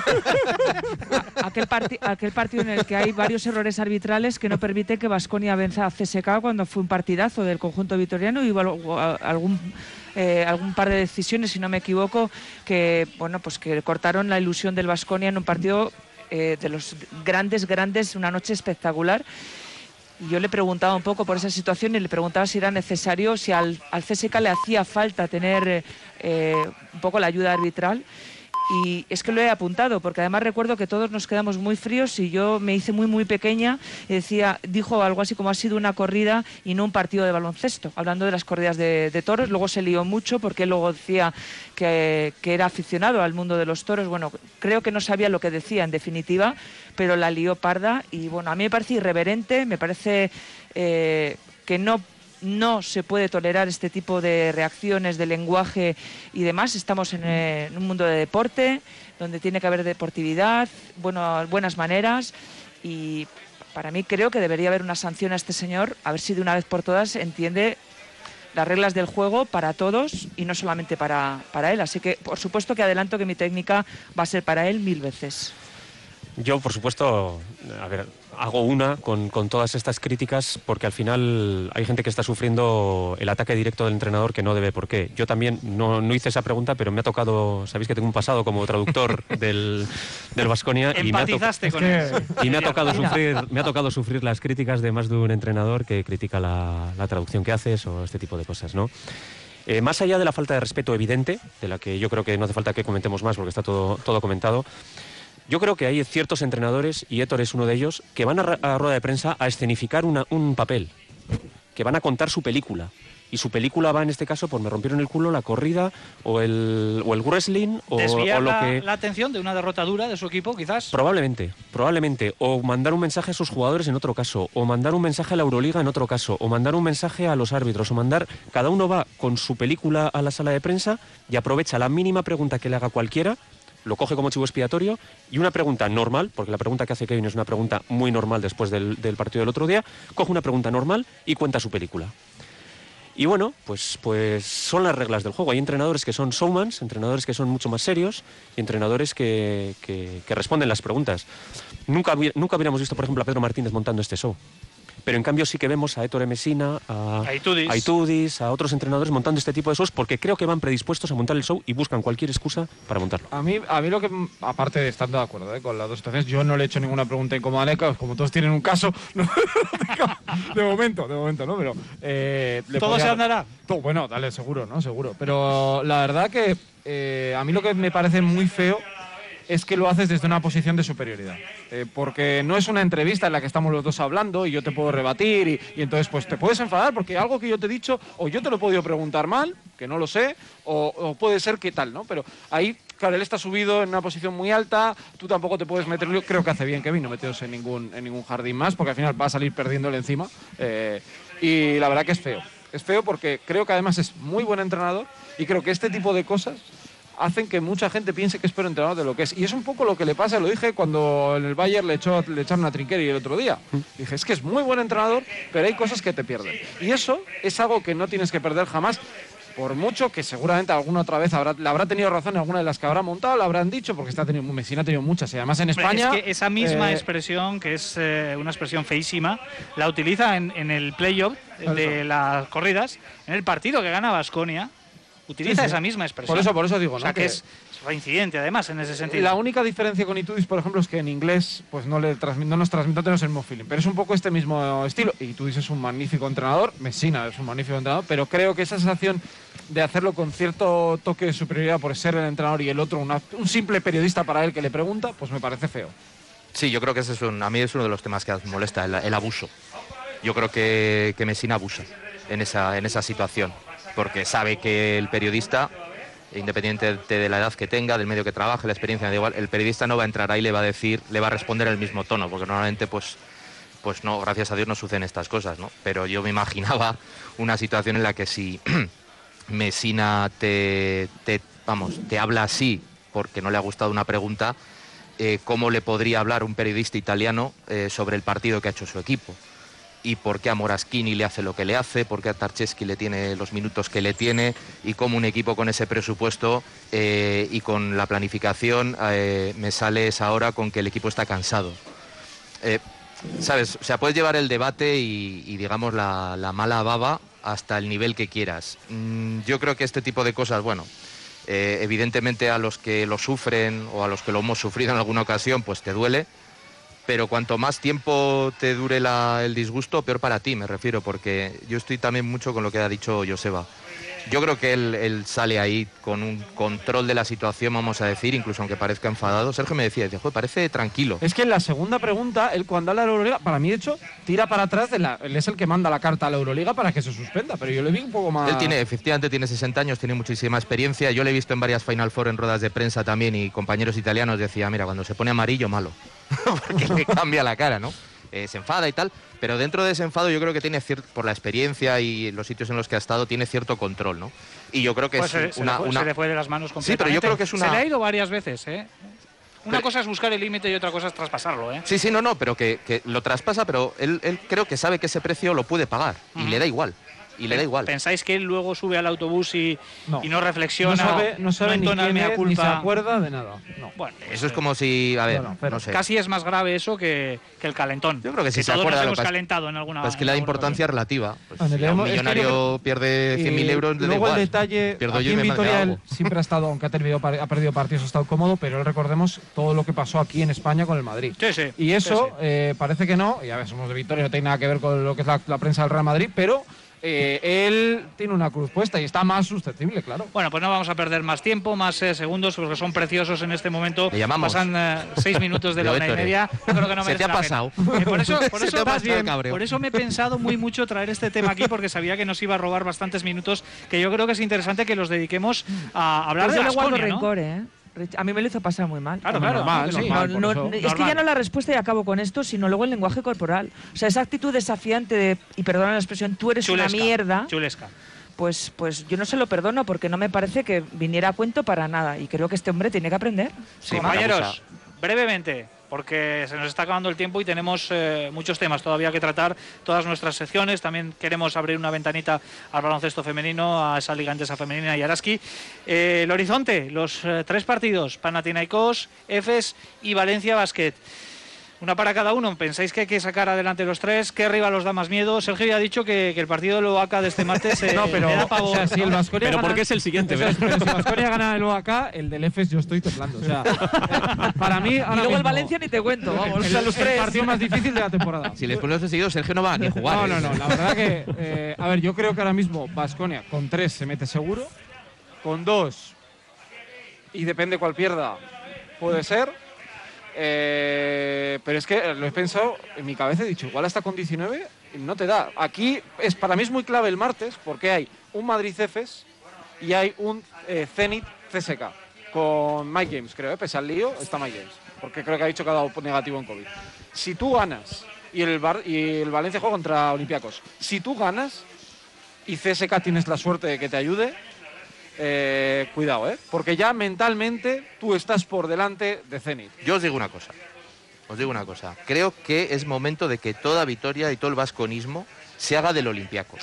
A, aquel, parti, aquel partido en el que hay varios errores arbitrales que no permiten que Baskonia venza a C S K cuando fue un partidazo del conjunto vitoriano y hubo algún... Eh, algún par de decisiones, si no me equivoco, que bueno, pues que cortaron la ilusión del Baskonia en un partido eh, de los grandes, grandes, una noche espectacular. Y yo le preguntaba un poco por esa situación y le preguntaba si era necesario, si al, al C S K le hacía falta tener eh, un poco la ayuda arbitral. Y es que lo he apuntado, porque además recuerdo que todos nos quedamos muy fríos y yo me hice muy muy pequeña y decía, dijo algo así como ha sido una corrida y no un partido de baloncesto, hablando de las corridas de, de toros. Luego se lió mucho porque luego decía que, que era aficionado al mundo de los toros. Bueno, creo que no sabía lo que decía en definitiva, pero la lió parda y bueno, a mí me parece irreverente, me parece eh, que no... No se puede tolerar este tipo de reacciones, de lenguaje y demás. Estamos en, eh, en un mundo de deporte donde tiene que haber deportividad, bueno, buenas maneras y para mí creo que debería haber una sanción a este señor, a ver si de una vez por todas entiende las reglas del juego para todos y no solamente para, para él. Así que, por supuesto que adelanto que mi técnica va a ser para él mil veces. Yo, por supuesto, a ver, hago una con, con todas estas críticas porque al final hay gente que está sufriendo el ataque directo del entrenador que no debe por qué. Yo también no, no hice esa pregunta, pero me ha tocado, sabéis que tengo un pasado como traductor del del Baskonia y me ha, to con él. y me ha tocado sufrir me ha tocado sufrir las críticas de más de un entrenador que critica la, la traducción que haces o este tipo de cosas, ¿no? Eh, más allá de la falta de respeto evidente, de la que yo creo que no hace falta que comentemos más porque está todo, todo comentado, yo creo que hay ciertos entrenadores, y Héctor es uno de ellos, que van a, a rueda de prensa a escenificar una, un papel, que van a contar su película. Y su película va, en este caso, pues me rompieron el culo, la corrida, o el, o el wrestling, o, Desviar o lo la, que... la atención de una derrota dura de su equipo, quizás. Probablemente, probablemente. O mandar un mensaje a sus jugadores en otro caso, o mandar un mensaje a la Euroliga en otro caso, o mandar un mensaje a los árbitros, o mandar... Cada uno va con su película a la sala de prensa y aprovecha la mínima pregunta que le haga cualquiera, lo coge como chivo expiatorio y una pregunta normal, porque la pregunta que hace Kevin es una pregunta muy normal después del, del partido del otro día, coge una pregunta normal y cuenta su película. Y bueno, pues, pues son las reglas del juego. Hay entrenadores que son showmans, entrenadores que son mucho más serios y entrenadores que, que, que responden las preguntas. Nunca, nunca hubiéramos visto, por ejemplo, a Pedro Martínez montando este show. Pero en cambio sí que vemos a Ettore Messina, a, a, Itudis. a Itudis, a otros entrenadores montando este tipo de shows porque creo que van predispuestos a montar el show y buscan cualquier excusa para montarlo. A mí, a mí lo que, aparte de estando de acuerdo ¿eh? con las dos situaciones, yo no le he hecho ninguna pregunta incómoda a Neca, como todos tienen un caso, no, de momento, de momento, ¿no? Pero eh, le todo podría, se andará. Todo, bueno, dale, seguro, ¿no? Seguro. Pero la verdad que eh, a mí lo que me parece muy feo es que lo haces desde una posición de superioridad. Eh, porque no es una entrevista en la que estamos los dos hablando y yo te puedo rebatir y, y entonces pues te puedes enfadar porque algo que yo te he dicho o yo te lo he podido preguntar mal, que no lo sé, o, o puede ser que tal, ¿no? Pero ahí, claro, él está subido en una posición muy alta, tú tampoco te puedes meter... Yo creo que hace bien Kevin no meterse en ningún, en ningún jardín más porque al final va a salir perdiéndole encima. Eh, y la verdad que es feo. Es feo porque creo que además es muy buen entrenador y creo que este tipo de cosas hacen que mucha gente piense que es peor entrenador de lo que es. Y es un poco lo que le pasa, lo dije cuando en el Bayern le, echó, le echaron a Trinqueri el otro día. Dije, es que es muy buen entrenador, pero hay cosas que te pierden. Y eso es algo que no tienes que perder jamás, por mucho que seguramente alguna otra vez habrá, le habrá tenido razón en alguna de las que habrá montado, lo habrán dicho, porque está teniendo, Messina ha tenido muchas. Y además en España... Es que esa misma eh, expresión, que es eh, una expresión feísima, la utiliza en, en el playoff de las corridas, en el partido que gana Baskonia. Utiliza sí, sí. esa misma expresión. Por eso, por eso digo, o sea, ¿no? que, que es reincidente, además, en ese sentido. La única diferencia con Itudis, por ejemplo, es que en inglés pues no, le transmit, no nos transmite, no tenemos el mismo feeling, pero es un poco este mismo estilo. Itudis es un magnífico entrenador, Messina es un magnífico entrenador, pero creo que esa sensación de hacerlo con cierto toque de superioridad por ser el entrenador y el otro una, un simple periodista para él que le pregunta, pues me parece feo. Sí, yo creo que ese es un, a mí es uno de los temas que me molesta, el, el abuso. Yo creo que, que Messina abusa en esa, en esa situación, porque sabe que el periodista, independiente de la edad que tenga, del medio que trabaje, la experiencia, da igual, el periodista no va a entrar ahí y le va a decir, le va a responder en el mismo tono, porque normalmente pues, pues no, gracias a Dios no suceden estas cosas, ¿no? Pero yo me imaginaba una situación en la que si Messina te, te, vamos, te habla así porque no le ha gustado una pregunta, eh, ¿cómo le podría hablar un periodista italiano eh, sobre el partido que ha hecho su equipo? y por qué a Moraschini le hace lo que le hace, por qué a Tarczewski le tiene los minutos que le tiene y cómo un equipo con ese presupuesto eh, y con la planificación eh, me sales ahora con que el equipo está cansado. Eh, ¿Sabes? O sea, puedes llevar el debate y, y digamos, la, la mala baba hasta el nivel que quieras. Mm, yo creo que este tipo de cosas, bueno, eh, evidentemente a los que lo sufren o a los que lo hemos sufrido en alguna ocasión, pues te duele, pero cuanto más tiempo te dure la, el disgusto, peor para ti, me refiero, porque yo estoy también mucho con lo que ha dicho Joseba. Yo creo que él, él sale ahí con un control de la situación, vamos a decir, incluso aunque parezca enfadado. Sergio me decía, dice, joder, parece tranquilo. Es que en la segunda pregunta, él cuando habla de la Euroliga, para mí, de hecho, tira para atrás, de la, él es el que manda la carta a la Euroliga para que se suspenda, pero yo le vi un poco más... Él tiene, efectivamente, tiene sesenta años, tiene muchísima experiencia. Yo le he visto en varias Final Four en ruedas de prensa también y compañeros italianos decía, mira, cuando se pone amarillo, malo, porque le cambia la cara, ¿no? Eh, se enfada y tal, pero dentro de ese enfado yo creo que tiene cierto, por la experiencia y los sitios en los que ha estado, tiene cierto control, ¿no? Y yo creo que pues es se, una, se, le fue, una... se le fue de las manos completamente. Sí, pero yo creo que es una... Se le ha ido varias veces, ¿eh? Una pero... cosa es buscar el límite y otra cosa es traspasarlo, ¿eh? Sí, sí, no, no, pero que, que lo traspasa, pero él, él creo que sabe que ese precio lo puede pagar y uh-huh. le da igual. Y le da igual. ¿Pensáis que él luego sube al autobús y no, y no reflexiona? No sabe, no sabe no ni quién es, culpa. Ni se acuerda de nada. No. Bueno, eso es como si, a ver, no, no, pero no sé. Casi es más grave eso que, que el calentón. Yo creo que si que se todos acuerda nos hemos lo que calentado en alguna. Pues es que le da importancia relativa. Pues bueno, si un millonario es que pierde cien mil euros, le da luego igual. el detalle, Pierdo aquí yo y en me Vitoria él siempre ha estado, aunque ha, terminado, ha perdido partidos, ha estado cómodo, pero recordemos todo lo que pasó aquí en España con el Madrid. Sí, sí. Y eso sí, sí. Eh, parece que no, y a ver, somos de Vitoria, no tiene nada que ver con lo que es la, la prensa del Real Madrid, pero Eh, él tiene una cruz puesta y está más susceptible, claro. Bueno, pues no vamos a perder más tiempo, más eh, segundos, porque son preciosos en este momento. Le llamamos. Pasan eh, seis minutos de la una y media. Yo creo que no Se te ha pasado. Eh, por eso, por Se eso, te ha pasado el cabreo. Por eso me he pensado muy mucho traer este tema aquí, porque sabía que nos iba a robar bastantes minutos, que yo creo que es interesante que los dediquemos a hablar pues de yo le guardo Baskonia, ¿no? rencor, ¿eh? A mí me lo hizo pasar muy mal. Claro, claro. Normal, sí. normal, no, no, es normal. que ya no la respuesta y acabo con esto, sino luego el lenguaje corporal. O sea, esa actitud desafiante de, y perdona la expresión, tú eres Chulesca, una mierda. Chulesca. Pues, pues yo no se lo perdono porque no me parece que viniera a cuento para nada. Y creo que este hombre tiene que aprender. Sí, compañeros, brevemente, porque se nos está acabando el tiempo y tenemos eh, muchos temas todavía que tratar, todas nuestras secciones. También queremos abrir una ventanita al baloncesto femenino, a esa liga endesa femenina y Araski. Eh, el horizonte, los eh, tres partidos, Panathinaikos, Efes y Valencia Basket. Una para cada uno. ¿Pensáis que hay que sacar adelante los tres? ¿Qué rival os da más miedo? Sergio ya ha dicho que, que el partido del O A K de este martes eh, no, pero, le da pavor. O sea, si el Baskonia pero gana, ¿por qué es el siguiente? O sea, pero si Baskonia gana el O A K, el del Efes yo estoy temblando. O sea, para mí ahora y luego mismo, el Valencia ni te cuento. Vamos, el, o sea, los el tres. partido más difícil de la temporada. Si les pones seguido, Sergio no va ni a jugar. No, no, no. La verdad que, eh, a ver, yo creo que ahora mismo Baskonia con tres se mete seguro, con dos y depende cuál pierda puede ser. Eh, pero es que lo he pensado en mi cabeza, he dicho, igual hasta con diecinueve no te da. Aquí es para mí es muy clave el martes porque hay un Madrid-Efes y hay un eh, Zenit-C S K con Mike James, creo, ¿eh? Pese al lío, está Mike James, porque creo que ha dicho que ha dado negativo en COVID. Si tú ganas y el, Bar y el Valencia juega contra Olympiacos, si tú ganas y C S K tienes la suerte de que te ayude, Eh, cuidado, ¿eh? Porque ya mentalmente tú estás por delante de Zenit. Yo os digo una cosa, os digo una cosa. Creo que es momento de que toda Vitoria y todo el vasconismo se haga del Olympiacos.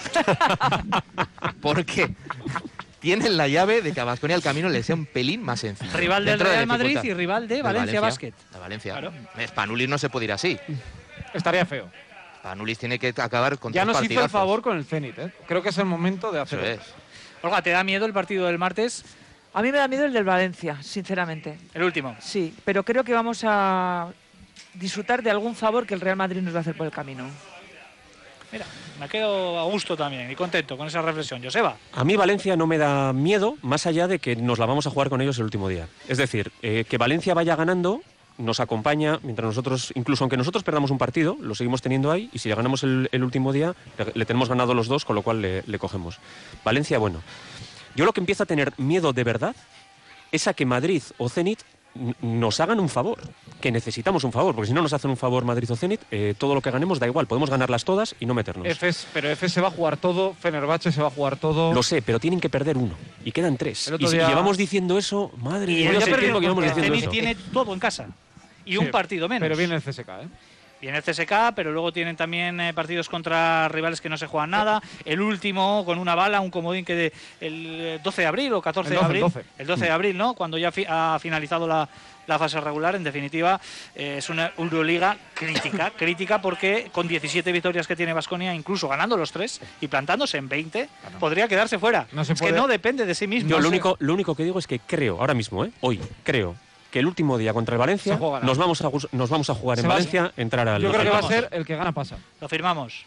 ¿Por qué? Tienen la llave de que a Baskonia el camino le sea un pelín más sencillo. Rival del Real Madrid y rival de Valencia, Valencia Basket. De Valencia. Claro. Spanulis no se puede ir así. Estaría feo. Spanulis tiene que acabar con ya tres nos partidazos. hizo el favor con el Zenit, ¿eh? Creo que es el momento de hacerlo. Eso es. Olga, ¿te da miedo el partido del martes? A mí me da miedo el del Valencia, sinceramente. El último. Sí, pero creo que vamos a disfrutar de algún favor que el Real Madrid nos va a hacer por el camino. Mira, me quedo a gusto también y contento con esa reflexión. Joseba. A mí Valencia no me da miedo, más allá de que nos la vamos a jugar con ellos el último día. Es decir, eh, que Valencia vaya ganando nos acompaña, mientras nosotros, incluso aunque nosotros perdamos un partido, lo seguimos teniendo ahí, y si le ganamos el, el último día, le, le tenemos ganado los dos, con lo cual le, le cogemos. Valencia, bueno. Yo lo que empiezo a tener miedo de verdad es a que Madrid o Zenit nos hagan un favor, que necesitamos un favor, porque si no nos hacen un favor Madrid o Zenit, eh, todo lo que ganemos da igual, podemos ganarlas todas y no meternos. Efes, pero Efes se va a jugar todo, Fenerbahce se va a jugar todo. Lo sé, pero tienen que perder uno, y quedan tres. El otro Y si día- llevamos diciendo eso, madre Y mía, el yo ya sé perdió tiempo que llevamos porque diciendo Zenit eso. tiene todo en casa. Y Sí, un partido menos. Pero viene el C S K, ¿eh? Viene el C S K, pero luego tienen también eh, partidos contra rivales que no se juegan nada. El último con una bala, un comodín que de, el doce de abril o catorce de abril. El doce. El doce de abril, ¿no? Cuando ya fi ha finalizado la, la fase regular. En definitiva, eh, es una Euroliga crítica, crítica porque con diecisiete victorias que tiene Baskonia, incluso ganando los tres y plantándose en veinte, claro, podría quedarse fuera. No se es puede... que no depende de sí mismo. Yo no lo, sé. único, lo único que digo es que creo, ahora mismo, ¿eh? hoy, creo que el último día contra el Valencia nos vamos a, nos vamos a jugar en Valencia, a entrar al... Yo creo que va a firmamos. ser el que gana pasa. Lo firmamos.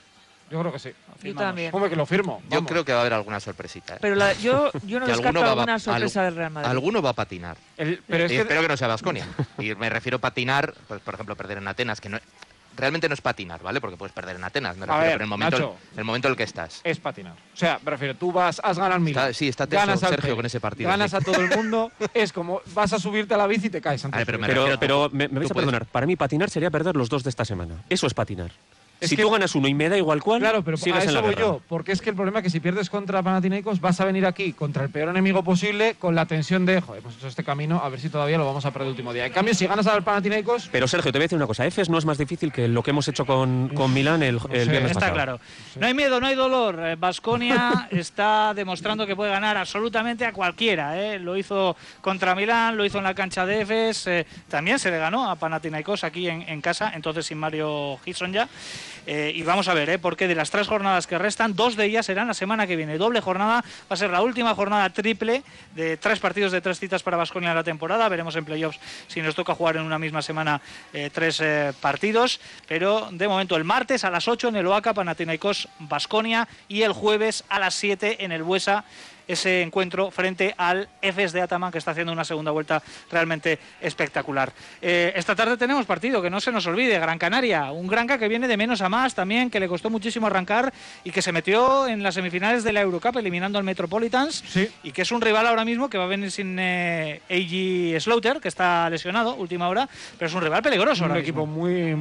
Yo creo que sí. Yo también. Hombre, que lo firmo. Yo vamos. creo que va a haber alguna sorpresita. ¿eh? Pero la, yo, yo no Que descarto alguno va- alguna va- sorpresa al- del Real Madrid. Alguno va a patinar. El- pero es Y que espero que no sea Baskonia. Y me refiero a patinar, pues, por ejemplo, perder en Atenas, que no realmente no es patinar, ¿vale? Porque puedes perder en Atenas, me A refiero, ver, pero en el momento, Nacho. el momento en el que estás. es patinar. O sea, me refiero, tú vas, has ganado al Milan. Está- sí, está tenso ganas al Sergio P. con ese partido, Ganas sí. a todo el mundo. Es como vas a subirte a la bici y te caes antes. A ver, pero me Pero, refiero- pero me, me vais tú a puedes- perdonar, para mí patinar sería perder los dos de esta semana. Eso es patinar. Es si que- tú ganas uno y me da igual cuál, Claro, pero sigues a en eso la voy guerra. yo. Porque es que el problema es que si pierdes contra Panathinaikos vas a venir aquí contra el peor enemigo posible con la tensión de, joder, hemos hecho este camino, a ver si todavía lo vamos a perder el último día. En cambio, si ganas al Panathinaikos, Pero Sergio, te voy a decir una cosa. Efes no es más difícil que lo que hemos hecho con, con Milán el, sé, el viernes Está pasado. claro. No hay miedo, no hay dolor. Baskonia está demostrando que puede ganar absolutamente a cualquiera. ¿eh? Lo hizo contra Milán, lo hizo en la cancha de Efes. Eh, también se le ganó a Panathinaikos aquí en, en casa, entonces sin Mario Gibson ya. Eh, y vamos a ver, ¿eh? porque de las tres jornadas que restan, dos de ellas serán la semana que viene. Doble jornada, va a ser la última jornada triple de tres partidos de tres citas para Baskonia en la temporada. Veremos en playoffs si nos toca jugar en una misma semana eh, tres eh, partidos. Pero de momento el martes a las ocho en el Oaca, Panathinaikos Baskonia, y el jueves a las siete en el Buesa, ese encuentro frente al Efes de Ataman, que está haciendo una segunda vuelta realmente espectacular. Eh, esta tarde tenemos partido, que no se nos olvide, Gran Canaria, un Granca que viene de menos a más también, que le costó muchísimo arrancar y que se metió en las semifinales de la Eurocup eliminando al Metropolitans, sí. y que es un rival ahora mismo que va a venir sin eh, A G Slaughter, que está lesionado última hora, pero es un rival peligroso un ahora equipo mismo. muy,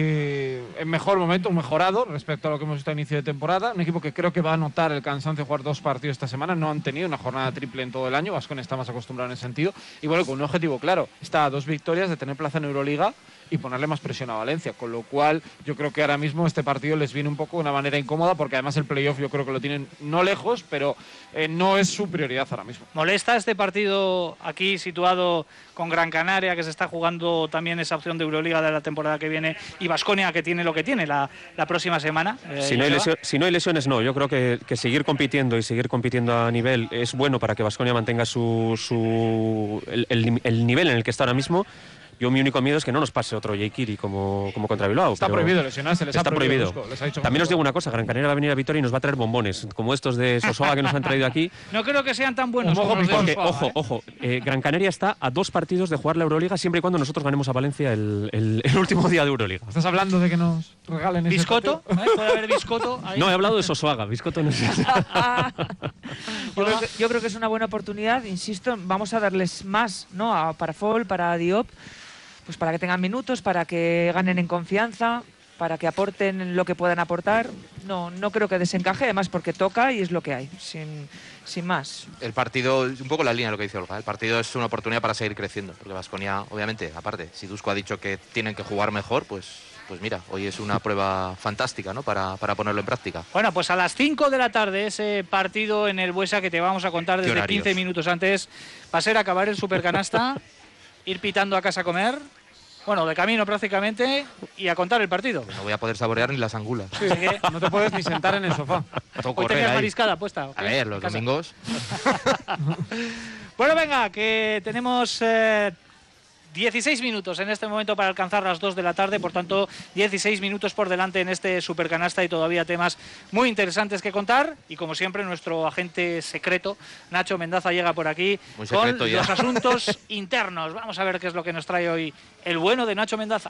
muy en mejor momento, mejorado respecto a lo que hemos visto a inicio de temporada. Un equipo que creo que va a notar el cansancio de jugar dos partidos esta semana. No han tenido una jornada triple en todo el año. Baskonia está más acostumbrado en ese sentido. Y bueno, con un objetivo claro. Está a dos victorias de tener plaza en Euroliga y ponerle más presión a Valencia. Con lo cual, yo creo que ahora mismo este partido les viene un poco de una manera incómoda, porque además el playoff yo creo que lo tienen no lejos, pero eh, no es su prioridad ahora mismo. ¿Molesta este partido aquí situado con Gran Canaria, que se está jugando también esa opción de Euroliga de la temporada que viene, y Baskonia, que tiene lo que tiene la, la próxima semana? Eh, Si no, hay Joseba? lesio- si no hay lesiones, no. Yo creo que, que seguir compitiendo y seguir compitiendo a nivel es bueno para que Baskonia mantenga su, su el, el- el nivel en el que está ahora mismo. Yo mi único miedo es que no nos pase otro Jekiri como, como contra Bilbao. Está pero prohibido lesionarse, les está ha prohibido. prohibido. Dusko, les ha dicho También que os no digo una cosa, Gran Canaria va a venir a Vitoria y nos va a traer bombones, como estos de Sosoa que nos han traído aquí. No creo que sean tan buenos Un como ojo los de picón. Porque, Ochoa, ojo, ¿eh? ojo, eh, Gran Canaria está a dos partidos de jugar la Euroliga siempre y cuando nosotros ganemos a Valencia el, el- el último día de Euroliga. ¿Estás hablando de que nos regalen ese ¿Biscoto? partido? ¿Eh? ¿Puede haber biscoto ahí? No, he hablado de Sosoaga, Biscoto no sé. yo, creo que, yo creo que es una buena oportunidad, insisto, vamos a darles más, ¿no? A Parafol, para Diop, pues para que tengan minutos, para que ganen en confianza, para que aporten lo que puedan aportar. No, no creo que desencaje, además porque toca y es lo que hay, sin, sin más. El partido, es un poco la línea de lo que dice Olga, el partido es una oportunidad para seguir creciendo, porque Baskonia, obviamente, aparte, si Dusko ha dicho que tienen que jugar mejor, pues, pues mira, hoy es una prueba fantástica, ¿no? Para, para ponerlo en práctica. Bueno, pues a las cinco de la tarde ese partido en el Buesa que te vamos a contar ¿Qué desde horarios? quince minutos antes. Va a ser acabar el supercanasta, ir pitando a casa a comer, bueno, de camino prácticamente, y a contar el partido. No voy a poder saborear ni las angulas. Así que No te puedes ni sentar en el sofá. Tengo que hoy correr tenías ahí. mariscada puesta. ¿o A qué? ver, En los casa. domingos. Bueno, venga, que tenemos eh, dieciséis minutos en este momento para alcanzar las dos de la tarde, por tanto, dieciséis minutos por delante en este supercanasta y todavía temas muy interesantes que contar. Y como siempre, nuestro agente secreto, Nacho Mendaza, llega por aquí Muy con secreto ya. los asuntos internos. Vamos a ver qué es lo que nos trae hoy el bueno de Nacho Mendaza.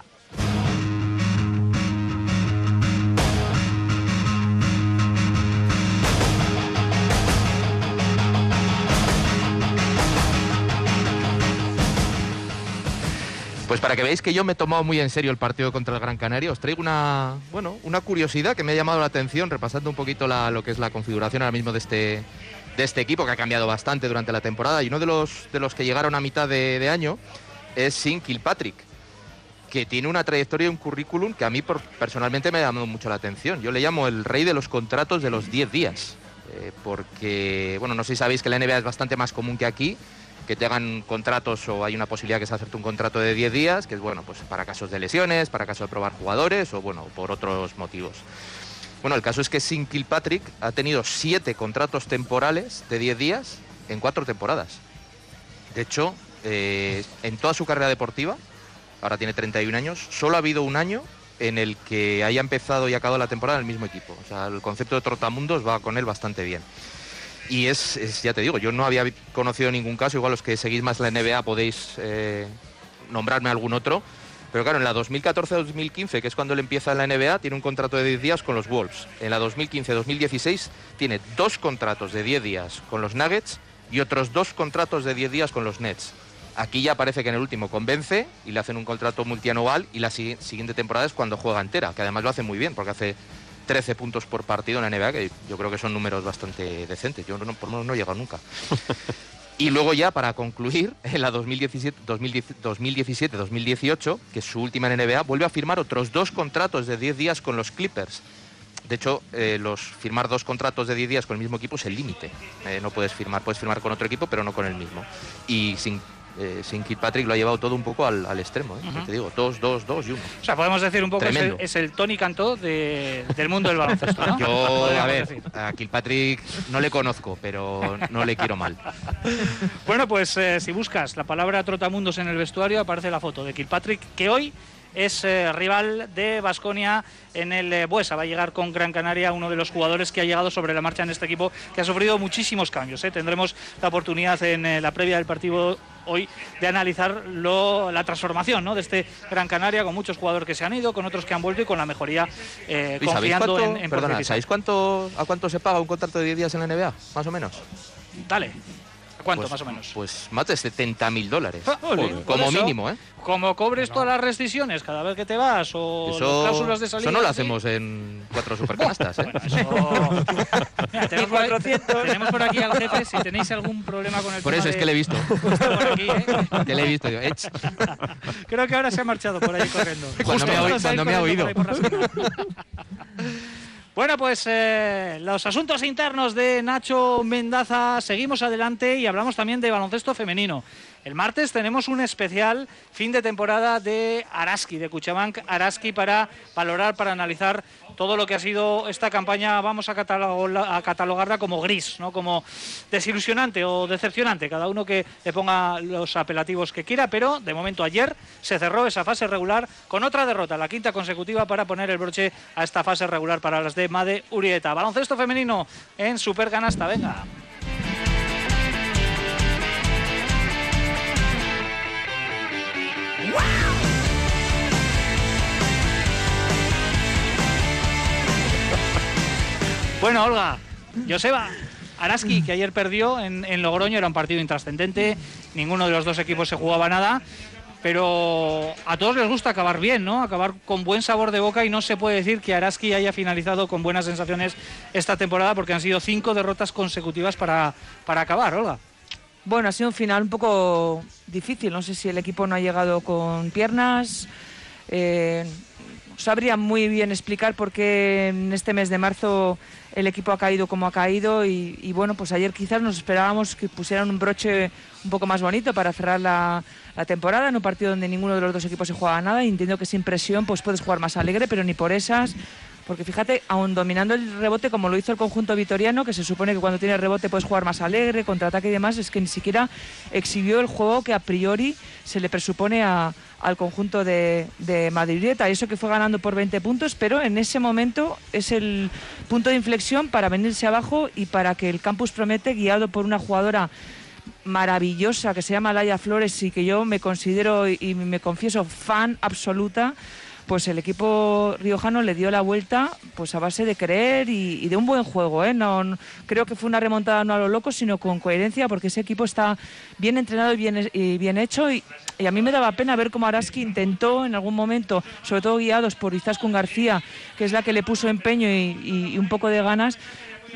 Pues para que veáis que yo me he tomado muy en serio el partido contra el Gran Canaria, os traigo una, bueno, una curiosidad que me ha llamado la atención, repasando un poquito la, lo que es la configuración ahora mismo de este, de este equipo, que ha cambiado bastante durante la temporada, y uno de los, de los que llegaron a mitad de, de año es Sin Kilpatrick. que tiene una trayectoria y un currículum que a mí por, personalmente me ha llamado mucho la atención. Yo le llamo el rey de los contratos de los diez días, eh, porque, bueno, no sé si sabéis que la N B A es bastante más común que aquí, que te hagan contratos o hay una posibilidad que se hacerte un contrato de diez días, que es, bueno, pues para casos de lesiones, para casos de probar jugadores o, bueno, por otros motivos. Bueno, el caso es que Sean Kilpatrick ha tenido siete contratos temporales de diez días en cuatro temporadas. De hecho, eh, en toda su carrera deportiva, ahora tiene treinta y un años, solo ha habido un año en el que haya empezado y acabado la temporada en el mismo equipo. O sea, el concepto de trotamundos va con él bastante bien. Y es, es, ya te digo, yo no había conocido ningún caso, igual los que seguís más la N B A podéis eh, nombrarme algún otro, pero claro, en la dos mil catorce dos mil quince, que es cuando él empieza en la N B A, tiene un contrato de diez días con los Wolves. En la dos mil quince dos mil dieciséis tiene dos contratos de diez días con los Nuggets y otros dos contratos de diez días con los Nets. Aquí ya parece que en el último convence y le hacen un contrato multianual y la si- siguiente temporada es cuando juega entera, que además lo hace muy bien porque hace trece puntos por partido en la N B A, que yo creo que son números bastante decentes. Yo no, por lo menos no he llegado nunca. Y luego ya para concluir, en la dos mil diecisiete dos mil dieciocho, que es su última en N B A, vuelve a firmar otros dos contratos de diez días con los Clippers. De hecho, eh, los firmar dos contratos de diez días con el mismo equipo es el límite. Eh, no puedes firmar, puedes firmar con otro equipo, pero no con el mismo. Y sin Eh, Sean Kilpatrick lo ha llevado todo un poco al, al extremo, ¿eh? Uh-huh. Te digo, dos, dos, dos y uno. O sea, podemos decir un poco que es el, es el Tony Cantó de, del mundo del baloncesto, ¿no? Yo, a ver, decir. a Kilpatrick no le conozco, pero no le quiero mal. Bueno, pues eh, si buscas la palabra trotamundos en el vestuario, aparece la foto de Kilpatrick, que hoy es eh, rival de Baskonia en el eh, Buesa. Va a llegar con Gran Canaria, uno de los jugadores que ha llegado sobre la marcha en este equipo, que ha sufrido muchísimos cambios. ¿eh? Tendremos la oportunidad en eh, la previa del partido hoy de analizar lo, la transformación, ¿no?, de este Gran Canaria, con muchos jugadores que se han ido, con otros que han vuelto y con la mejoría eh, confiando cuánto, en, en perdona, ¿sabéis cuánto, a cuánto se paga un contrato de diez días en la N B A? Más o menos. Dale. ¿Cuánto, pues, más o menos? Pues más de setenta mil dólares. Ah, como mínimo, ¿eh? Como cobres no. todas las rescisiones cada vez que te vas o eso, las cláusulas de salida. Eso no lo hacemos ¿sí? en cuatro supercanastas, ¿eh? Bueno, eso... Mira, tenemos, por, tenemos por aquí al jefe, si tenéis algún problema con el Por tema eso es de... que le he visto. Por aquí, ¿eh? Que le he visto. Digo, creo que ahora se ha marchado por ahí corriendo. Cuando me ha, oído, cuando me ha oído. Bueno, pues eh, los asuntos internos de Nacho Mendaza, seguimos adelante y hablamos también de baloncesto femenino. El martes tenemos un especial fin de temporada de Araski, de Cuchabank Araski, para valorar, para analizar todo lo que ha sido esta campaña. Vamos a, catalogarla, a catalogarla como gris, ¿no?, como desilusionante o decepcionante, cada uno que le ponga los apelativos que quiera, pero de momento ayer se cerró esa fase regular con otra derrota, la quinta consecutiva, para poner el broche a esta fase regular para las de Made Urieta. Baloncesto femenino en Supercanasta, venga. Bueno, Olga, Joseba, Araski, que ayer perdió en, en Logroño, era un partido intrascendente, ninguno de los dos equipos se jugaba nada, pero a todos les gusta acabar bien, ¿no? Acabar con buen sabor de boca, y no se puede decir que Araski haya finalizado con buenas sensaciones esta temporada, porque han sido cinco derrotas consecutivas para, para acabar, Olga. Bueno, ha sido un final un poco difícil, no sé si el equipo no ha llegado con piernas. Eh, sabría muy bien explicar por qué en este mes de marzo el equipo ha caído como ha caído y, y bueno, pues ayer quizás nos esperábamos que pusieran un broche un poco más bonito para cerrar la, la temporada en un partido donde ninguno de los dos equipos se juega nada, y entiendo que sin presión pues puedes jugar más alegre, pero ni por esas, porque fíjate, aún dominando el rebote como lo hizo el conjunto vitoriano, que se supone que cuando tiene rebote puedes jugar más alegre, contraataque y demás, es que ni siquiera exhibió el juego que a priori se le presupone a, al conjunto de, de Madrideta. Eso que fue ganando por veinte puntos, pero en ese momento es el punto de inflexión para venirse abajo y para que el Campus Promete, guiado por una jugadora maravillosa que se llama Laia Flores y que yo me considero y me confieso fan absoluta, pues el equipo riojano le dio la vuelta pues a base de creer y, y de un buen juego, ¿eh? No, no, creo que fue una remontada no a lo loco, sino con coherencia, porque ese equipo está bien entrenado y bien, y bien hecho, y, y a mí me daba pena ver cómo Araski intentó en algún momento, sobre todo guiados por Izaskun García, que es la que le puso empeño y, y, y un poco de ganas,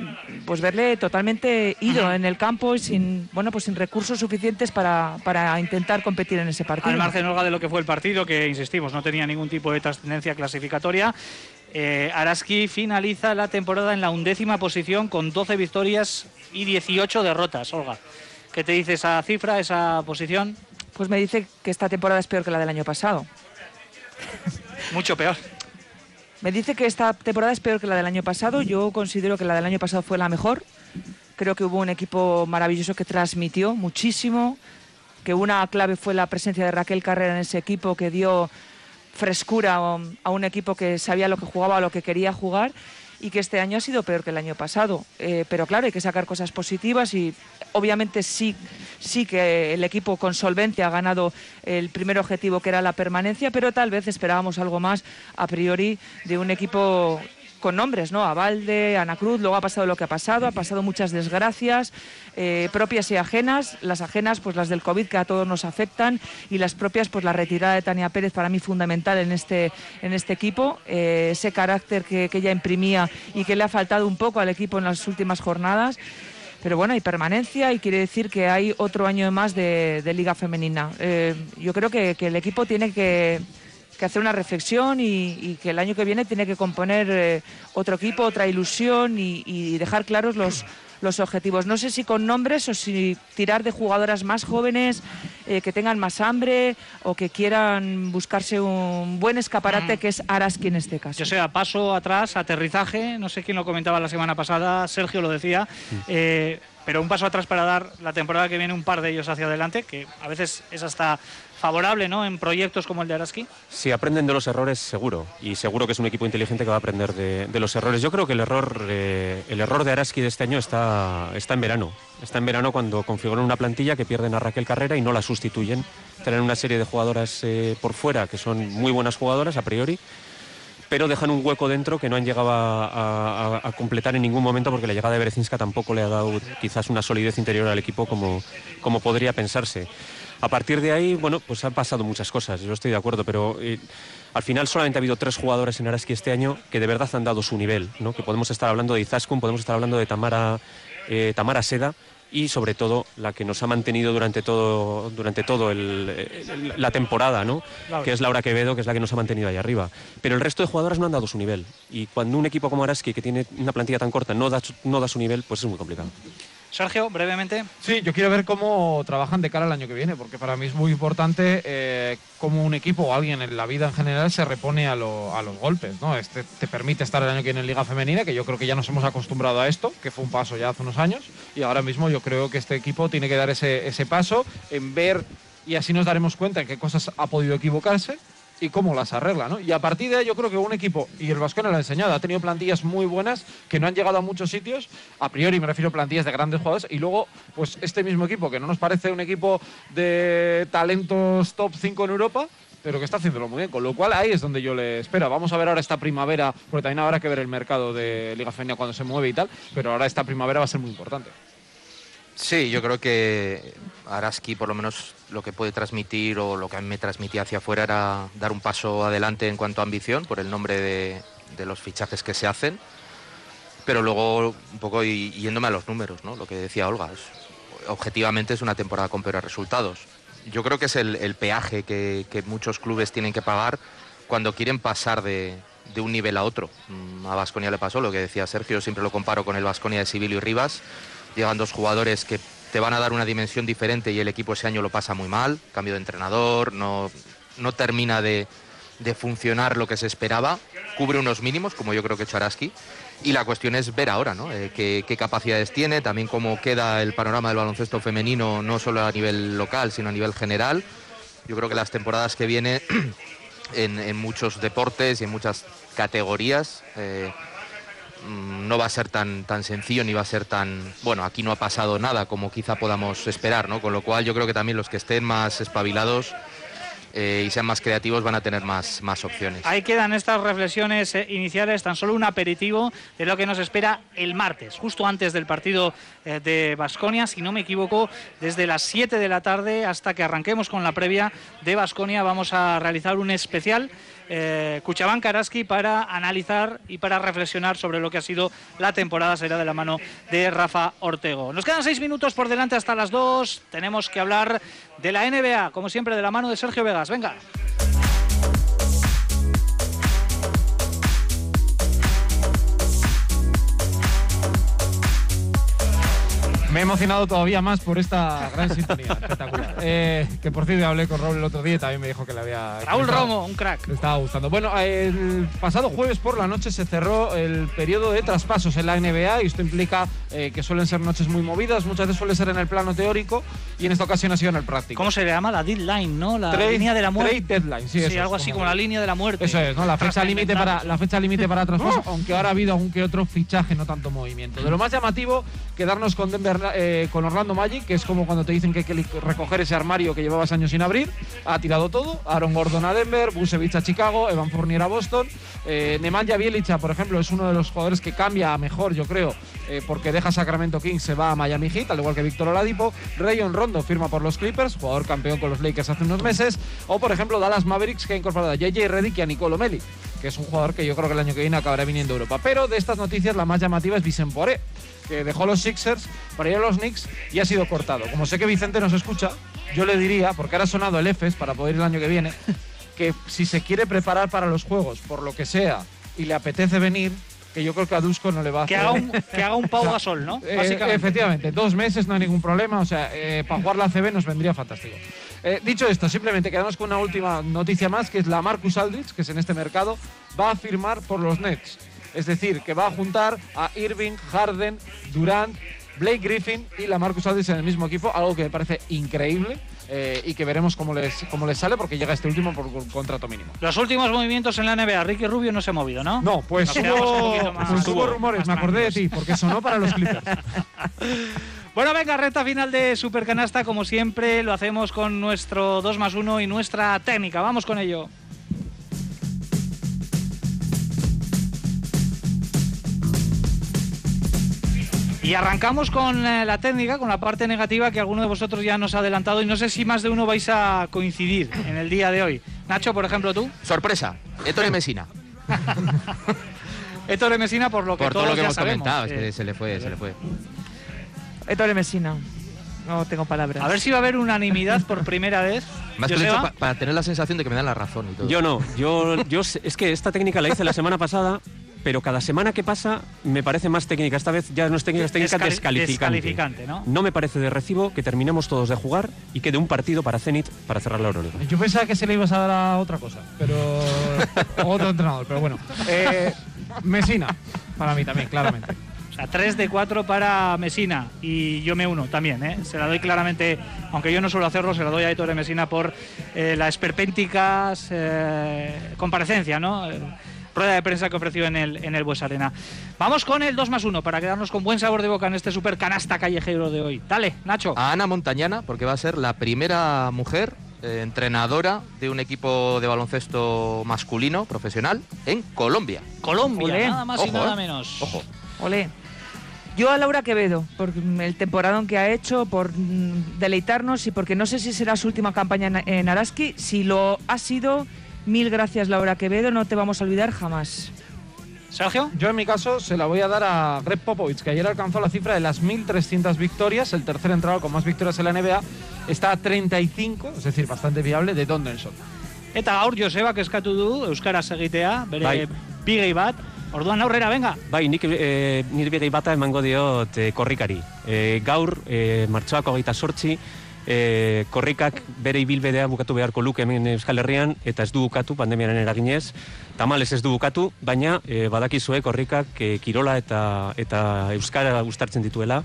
pues verle totalmente ido en el campo y sin, bueno, pues sin recursos suficientes para, para intentar competir en ese partido. Al margen, Olga, de lo que fue el partido, que insistimos, no tenía ningún tipo de trascendencia clasificatoria, eh, Araski finaliza la temporada en la undécima posición con doce victorias y dieciocho derrotas. Olga, ¿qué te dice esa cifra, esa posición? Pues me dice que esta temporada es peor que la del año pasado. Mucho peor. Me dice que esta temporada es peor que la del año pasado. Yo considero que la del año pasado fue la mejor. Creo que hubo un equipo maravilloso que transmitió muchísimo, que una clave fue la presencia de Raquel Carrera en ese equipo, que dio frescura a un equipo que sabía lo que jugaba, lo que quería jugar, y que este año ha sido peor que el año pasado. Eh, pero claro, hay que sacar cosas positivas y obviamente sí, sí que el equipo con solvencia ha ganado el primer objetivo, que era la permanencia, pero tal vez esperábamos algo más a priori de un equipo con nombres, ¿no? Abalde, Ana Cruz, luego ha pasado lo que ha pasado, ha pasado muchas desgracias, eh, propias y ajenas, las ajenas pues las del COVID, que a todos nos afectan, y las propias pues la retirada de Tania Pérez, para mí fundamental en este, en este equipo, eh, ese carácter que, que ella imprimía y que le ha faltado un poco al equipo en las últimas jornadas. Pero bueno, hay permanencia y quiere decir que hay otro año más de, de Liga Femenina. Eh, yo creo que, que el equipo tiene que... que hacer una reflexión y, y que el año que viene tiene que componer eh, otro equipo, otra ilusión y, y dejar claros los, los objetivos. No sé si con nombres o si tirar de jugadoras más jóvenes, eh, que tengan más hambre o que quieran buscarse un buen escaparate, que es Araski en este caso. Yo sé, a paso atrás, aterrizaje, no sé quién lo comentaba la semana pasada, Sergio lo decía, eh, pero un paso atrás para dar la temporada que viene un par de ellos hacia adelante, que a veces es hasta favorable, ¿no?, en proyectos como el de Araski. Si aprenden de los errores, seguro, y seguro que es un equipo inteligente que va a aprender de, de los errores. Yo creo que el error eh, el error de Araski de este año está, está en verano. Está en verano cuando configuran una plantilla que pierden a Raquel Carrera y no la sustituyen. Tienen una serie de jugadoras eh, por fuera que son muy buenas jugadoras a priori, pero dejan un hueco dentro que no han llegado a, a, a completar en ningún momento, porque la llegada de Berezinska tampoco le ha dado quizás una solidez interior al equipo como, como podría pensarse. A partir de ahí, bueno, pues han pasado muchas cosas, yo estoy de acuerdo, pero eh, al final solamente ha habido tres jugadoras en Araski este año que de verdad han dado su nivel, ¿no? Que podemos estar hablando de Izaskun, podemos estar hablando de Tamara, eh, Tamara Seda, y sobre todo la que nos ha mantenido durante todo durante todo el, el, la temporada, ¿no? Claro. Que es Laura Quevedo, que es la que nos ha mantenido ahí arriba. Pero el resto de jugadoras no han dado su nivel, y cuando un equipo como Araski, que tiene una plantilla tan corta, no da, no da su nivel, pues es muy complicado. Sergio, brevemente. Sí, yo quiero ver cómo trabajan de cara al año que viene, porque para mí es muy importante eh, cómo un equipo o alguien en la vida en general se repone a, lo, a los golpes, ¿no? Este te permite estar el año que viene en Liga Femenina, que yo creo que ya nos hemos acostumbrado a esto, que fue un paso ya hace unos años, y ahora mismo yo creo que este equipo tiene que dar ese, ese paso en ver, y así nos daremos cuenta en qué cosas ha podido equivocarse y cómo las arregla, ¿no? Y a partir de ahí yo creo que un equipo, y el Baskonia lo ha enseñado, ha tenido plantillas muy buenas que no han llegado a muchos sitios, a priori me refiero a plantillas de grandes jugadores, y luego pues este mismo equipo, que no nos parece un equipo de talentos top cinco en Europa, pero que está haciéndolo muy bien, con lo cual ahí es donde yo le espero. Vamos a ver ahora esta primavera, porque también habrá que ver el mercado de Liga Femenina cuando se mueve y tal, pero ahora esta primavera va a ser muy importante. Sí, yo creo que Araski, por lo menos lo que puede transmitir o lo que a mí me transmitía hacia afuera, era dar un paso adelante en cuanto a ambición por el nombre de, de los fichajes que se hacen, pero luego un poco y, yéndome a los números, ¿no? Lo que decía Olga, es, objetivamente es una temporada con peores resultados. Yo creo que es el, el peaje que, que muchos clubes tienen que pagar cuando quieren pasar de, de un nivel a otro. A Baskonia le pasó lo que decía Sergio, siempre lo comparo con el Baskonia de Sibilio y Rivas. Llegan dos jugadores que te van a dar una dimensión diferente y el equipo ese año lo pasa muy mal, cambio de entrenador, no, no termina de, de funcionar lo que se esperaba, cubre unos mínimos, como yo creo que ha hecho Araski, y la cuestión es ver ahora, ¿no? Eh, qué, qué capacidades tiene, también cómo queda el panorama del baloncesto femenino, no solo a nivel local, sino a nivel general. Yo creo que las temporadas que vienen en, en muchos deportes y en muchas categorías, eh, no va a ser tan, tan sencillo ni va a ser tan... Bueno, aquí no ha pasado nada como quizá podamos esperar, ¿no? Con lo cual yo creo que también los que estén más espabilados eh, y sean más creativos van a tener más, más opciones. Ahí quedan estas reflexiones eh, iniciales, tan solo un aperitivo de lo que nos espera el martes, justo antes del partido eh, de Baskonia, si no me equivoco, desde las siete de la tarde hasta que arranquemos con la previa de Baskonia vamos a realizar un especial eh, Kutxabank Araski para analizar y para reflexionar sobre lo que ha sido la temporada, será de la mano de Rafa Ortego. Nos quedan seis minutos por delante hasta las dos. Tenemos que hablar de la N B A, como siempre, de la mano de Sergio Vegas. Venga. Me he emocionado todavía más por esta gran sintonía, espectacular. Eh, que por cierto hablé con Raúl el otro día y también me dijo que le había... Raúl Romo, un crack. Le estaba gustando. Bueno, el pasado jueves por la noche se cerró el periodo de traspasos en la N B A y esto implica eh, que suelen ser noches muy movidas, muchas veces suele ser en el plano teórico y en esta ocasión ha sido en el práctico. ¿Cómo se le llama? La deadline, ¿no? La trade, línea de la muerte. Trade deadline, sí, sí eso algo es, así como, como la línea de la muerte. Eso es, ¿no? La fecha límite para la fecha límite para traspasos, aunque ahora ha habido algún que otro fichaje, no tanto movimiento. De lo más llamativo, quedarnos con Denver, eh, con Orlando Magic, que es como cuando te dicen que hay que recoger ese armario que llevabas años sin abrir. Ha tirado todo. Aaron Gordon a Denver, Vucevic a Chicago, Evan Fournier a Boston. Eh, Nemanja Bjelica, por ejemplo, es uno de los jugadores que cambia a mejor, yo creo, eh, porque deja Sacramento Kings, se va a Miami Heat, al igual que Víctor Oladipo. Rayon Rondo firma por los Clippers, jugador campeón con los Lakers hace unos meses. O, por ejemplo, Dallas Mavericks, que ha incorporado a J J Redick y a Nicolo Melli, que es un jugador que yo creo que el año que viene acabará viniendo a Europa. Pero de estas noticias, la más llamativa es Vicent Poiré, que dejó los Sixers para ir a los Knicks y ha sido cortado. Como sé que Vicente nos escucha, yo le diría, porque ahora ha sonado el E F E S para poder ir el año que viene, que si se quiere preparar para los Juegos, por lo que sea, y le apetece venir, que yo creo que a Dusko no le va a que hacer. Haga un, que haga un Pau Gasol, ¿no? Eh, efectivamente, dos meses no hay ningún problema, o sea, eh, para jugar la A C B nos vendría fantástico. Eh, dicho esto, simplemente quedamos con una última noticia más, que es la Marcus Aldridge, que es en este mercado, va a firmar por los Nets. Es decir, que va a juntar a Irving, Harden, Durant, Blake Griffin y la Marcus Aldridge en el mismo equipo, algo que me parece increíble eh, y que veremos cómo les, cómo les sale, porque llega este último por un contrato mínimo. Los últimos movimientos en la N B A, Ricky Rubio no se ha movido, ¿no? No, pues hubo, pues hubo rumores, me acordé de ti, porque sonó para los Clippers. Bueno, venga, recta final de Supercanasta, como siempre, lo hacemos con nuestro dos más uno y nuestra técnica. Vamos con ello. Y arrancamos con eh, la técnica, con la parte negativa que alguno de vosotros ya nos ha adelantado y no sé si más de uno vais a coincidir en el día de hoy. Nacho, por ejemplo, tú. Sorpresa, Ettore Messina. Ettore Messina por lo que por todos todo lo que ya hemos sabemos. comentado, es eh, que se le fue, se le fue. Ettore Messina. No tengo palabras. A ver si va a haber unanimidad por primera vez. Más que lo he hecho pa para tener la sensación de que me dan la razón y todo. Yo no, yo, yo es que esta técnica la hice la semana pasada, pero cada semana que pasa me parece más técnica. Esta vez ya no es técnica, es técnica Descali descalificante. descalificante, ¿no? No me parece de recibo que terminemos todos de jugar y quede un partido para Zenit para cerrar la Euroliga. Yo pensaba que se le ibas a dar a otra cosa, pero otro entrenador, pero bueno. Eh, Messina, para mí también, claramente. O sea, tres de cuatro para Messina y yo me uno también, ¿eh? Se la doy claramente, aunque yo no suelo hacerlo, se la doy a Ettore Messina por eh, la esperpénticas eh, comparecencia, ¿no? Eh, rueda de prensa que ofreció en el, en el Bues Arena. Vamos con el dos más uno para quedarnos con buen sabor de boca en este super canasta callejero de hoy. Dale, Nacho. A Ana Montañana, porque va a ser la primera mujer eh, entrenadora de un equipo de baloncesto masculino profesional en Colombia. Colombia, Olé. nada más Ojo, y nada eh. menos. Ojo. Olé. Yo a Laura Quevedo, por el temporadón que ha hecho, por mm, deleitarnos y porque no sé si será su última campaña en, en Araski. Si lo ha sido, mil gracias Laura Quevedo, no te vamos a olvidar jamás. Sergio. Yo en mi caso se la voy a dar a Greg Popovich, que ayer alcanzó la cifra de las mil trescientas victorias, el tercer entrenador con más victorias en la N B A, está a treinta y cinco, es decir, bastante viable, de Don Nelson. Eta gaur Josebak eskatu du euskaraz egitea, bere Bai. bigei bat. Orduan aurrera, venga. Bai, nik e, nire bidei bata emango diot e, korrikari. E, gaur, e, martxoak hogeita sortzi, e, korrikak bere ibilbidea bukatu beharko luke hemen Euskal Herrian, eta ez du bukatu, pandemiaren eraginez. Tamalez ez du bukatu, baina e, badakizue korrikak e, kirola eta, eta euskara uztartzen dituela.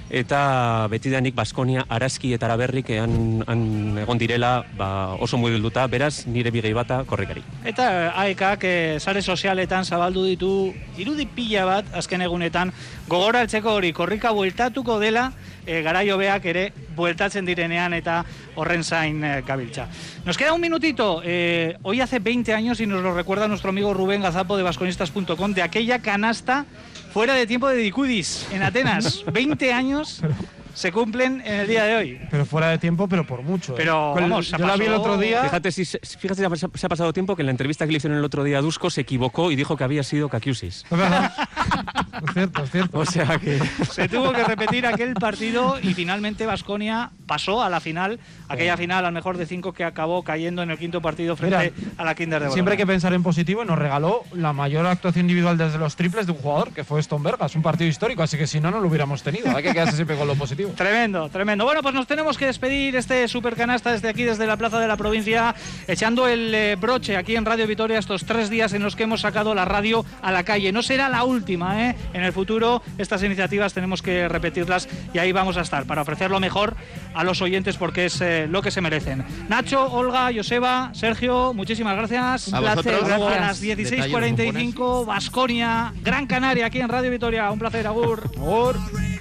Eta betidanik Baskonia, Araski eta Araberrik han, han egon direla ba, oso mugilduta, beraz nire bigei bata korrikari. Eta A E Kak eh, sare sozialetan zabaldu ditu irudi pila bat azken egunetan gogoraltzeko hori korrika bueltatuko dela eh, garaiobeak ere bueltatzen direnean eta horren zain eh, gabiltza. Nos queda un minutito. Eh, hoy hace veinte años, y nos lo recuerda nuestro amigo Rubén Gazapo de Baskonistas punto com, de aquella canasta fuera de tiempo de Dicudis en Atenas. veinte años se cumplen en el día de hoy. Pero fuera de tiempo, pero por mucho. ¿eh? Pero Con el- vamos, se yo la vi el pasó- otro día. Fíjate si se- fíjate si ha pas- se ha pasado tiempo que en la entrevista que le hicieron el otro día a Dusko se equivocó y dijo que había sido Kakiusis. Es verdad. Es cierto, es cierto. O sea que Se tuvo que repetir aquel partido y finalmente Baskonia pasó a la final, aquella final al mejor de cinco que acabó cayendo en el quinto partido frente Mira, a la Kinder de Bolonia. Siempre hay que pensar en positivo y nos regaló la mayor actuación individual desde los triples de un jugador, que fue Stone Bergas, un partido histórico, así que si no, no lo hubiéramos tenido. Hay que quedarse siempre con lo positivo. Tremendo, tremendo. Bueno, pues nos tenemos que despedir este supercanasta desde aquí, desde la Plaza de la Provincia, echando el eh, broche aquí en Radio Vitoria estos tres días en los que hemos sacado la radio a la calle. No será la última, ¿eh? En el futuro estas iniciativas tenemos que repetirlas y ahí vamos a estar para ofrecer lo mejor a los oyentes porque es eh, lo que se merecen. Nacho, Olga, Joseba, Sergio, muchísimas gracias. A vosotros. Luego a gracias. las dieciséis cuarenta y cinco, Baskonia, Gran Canaria aquí en Radio Vitoria. Un placer, agur. Por favor.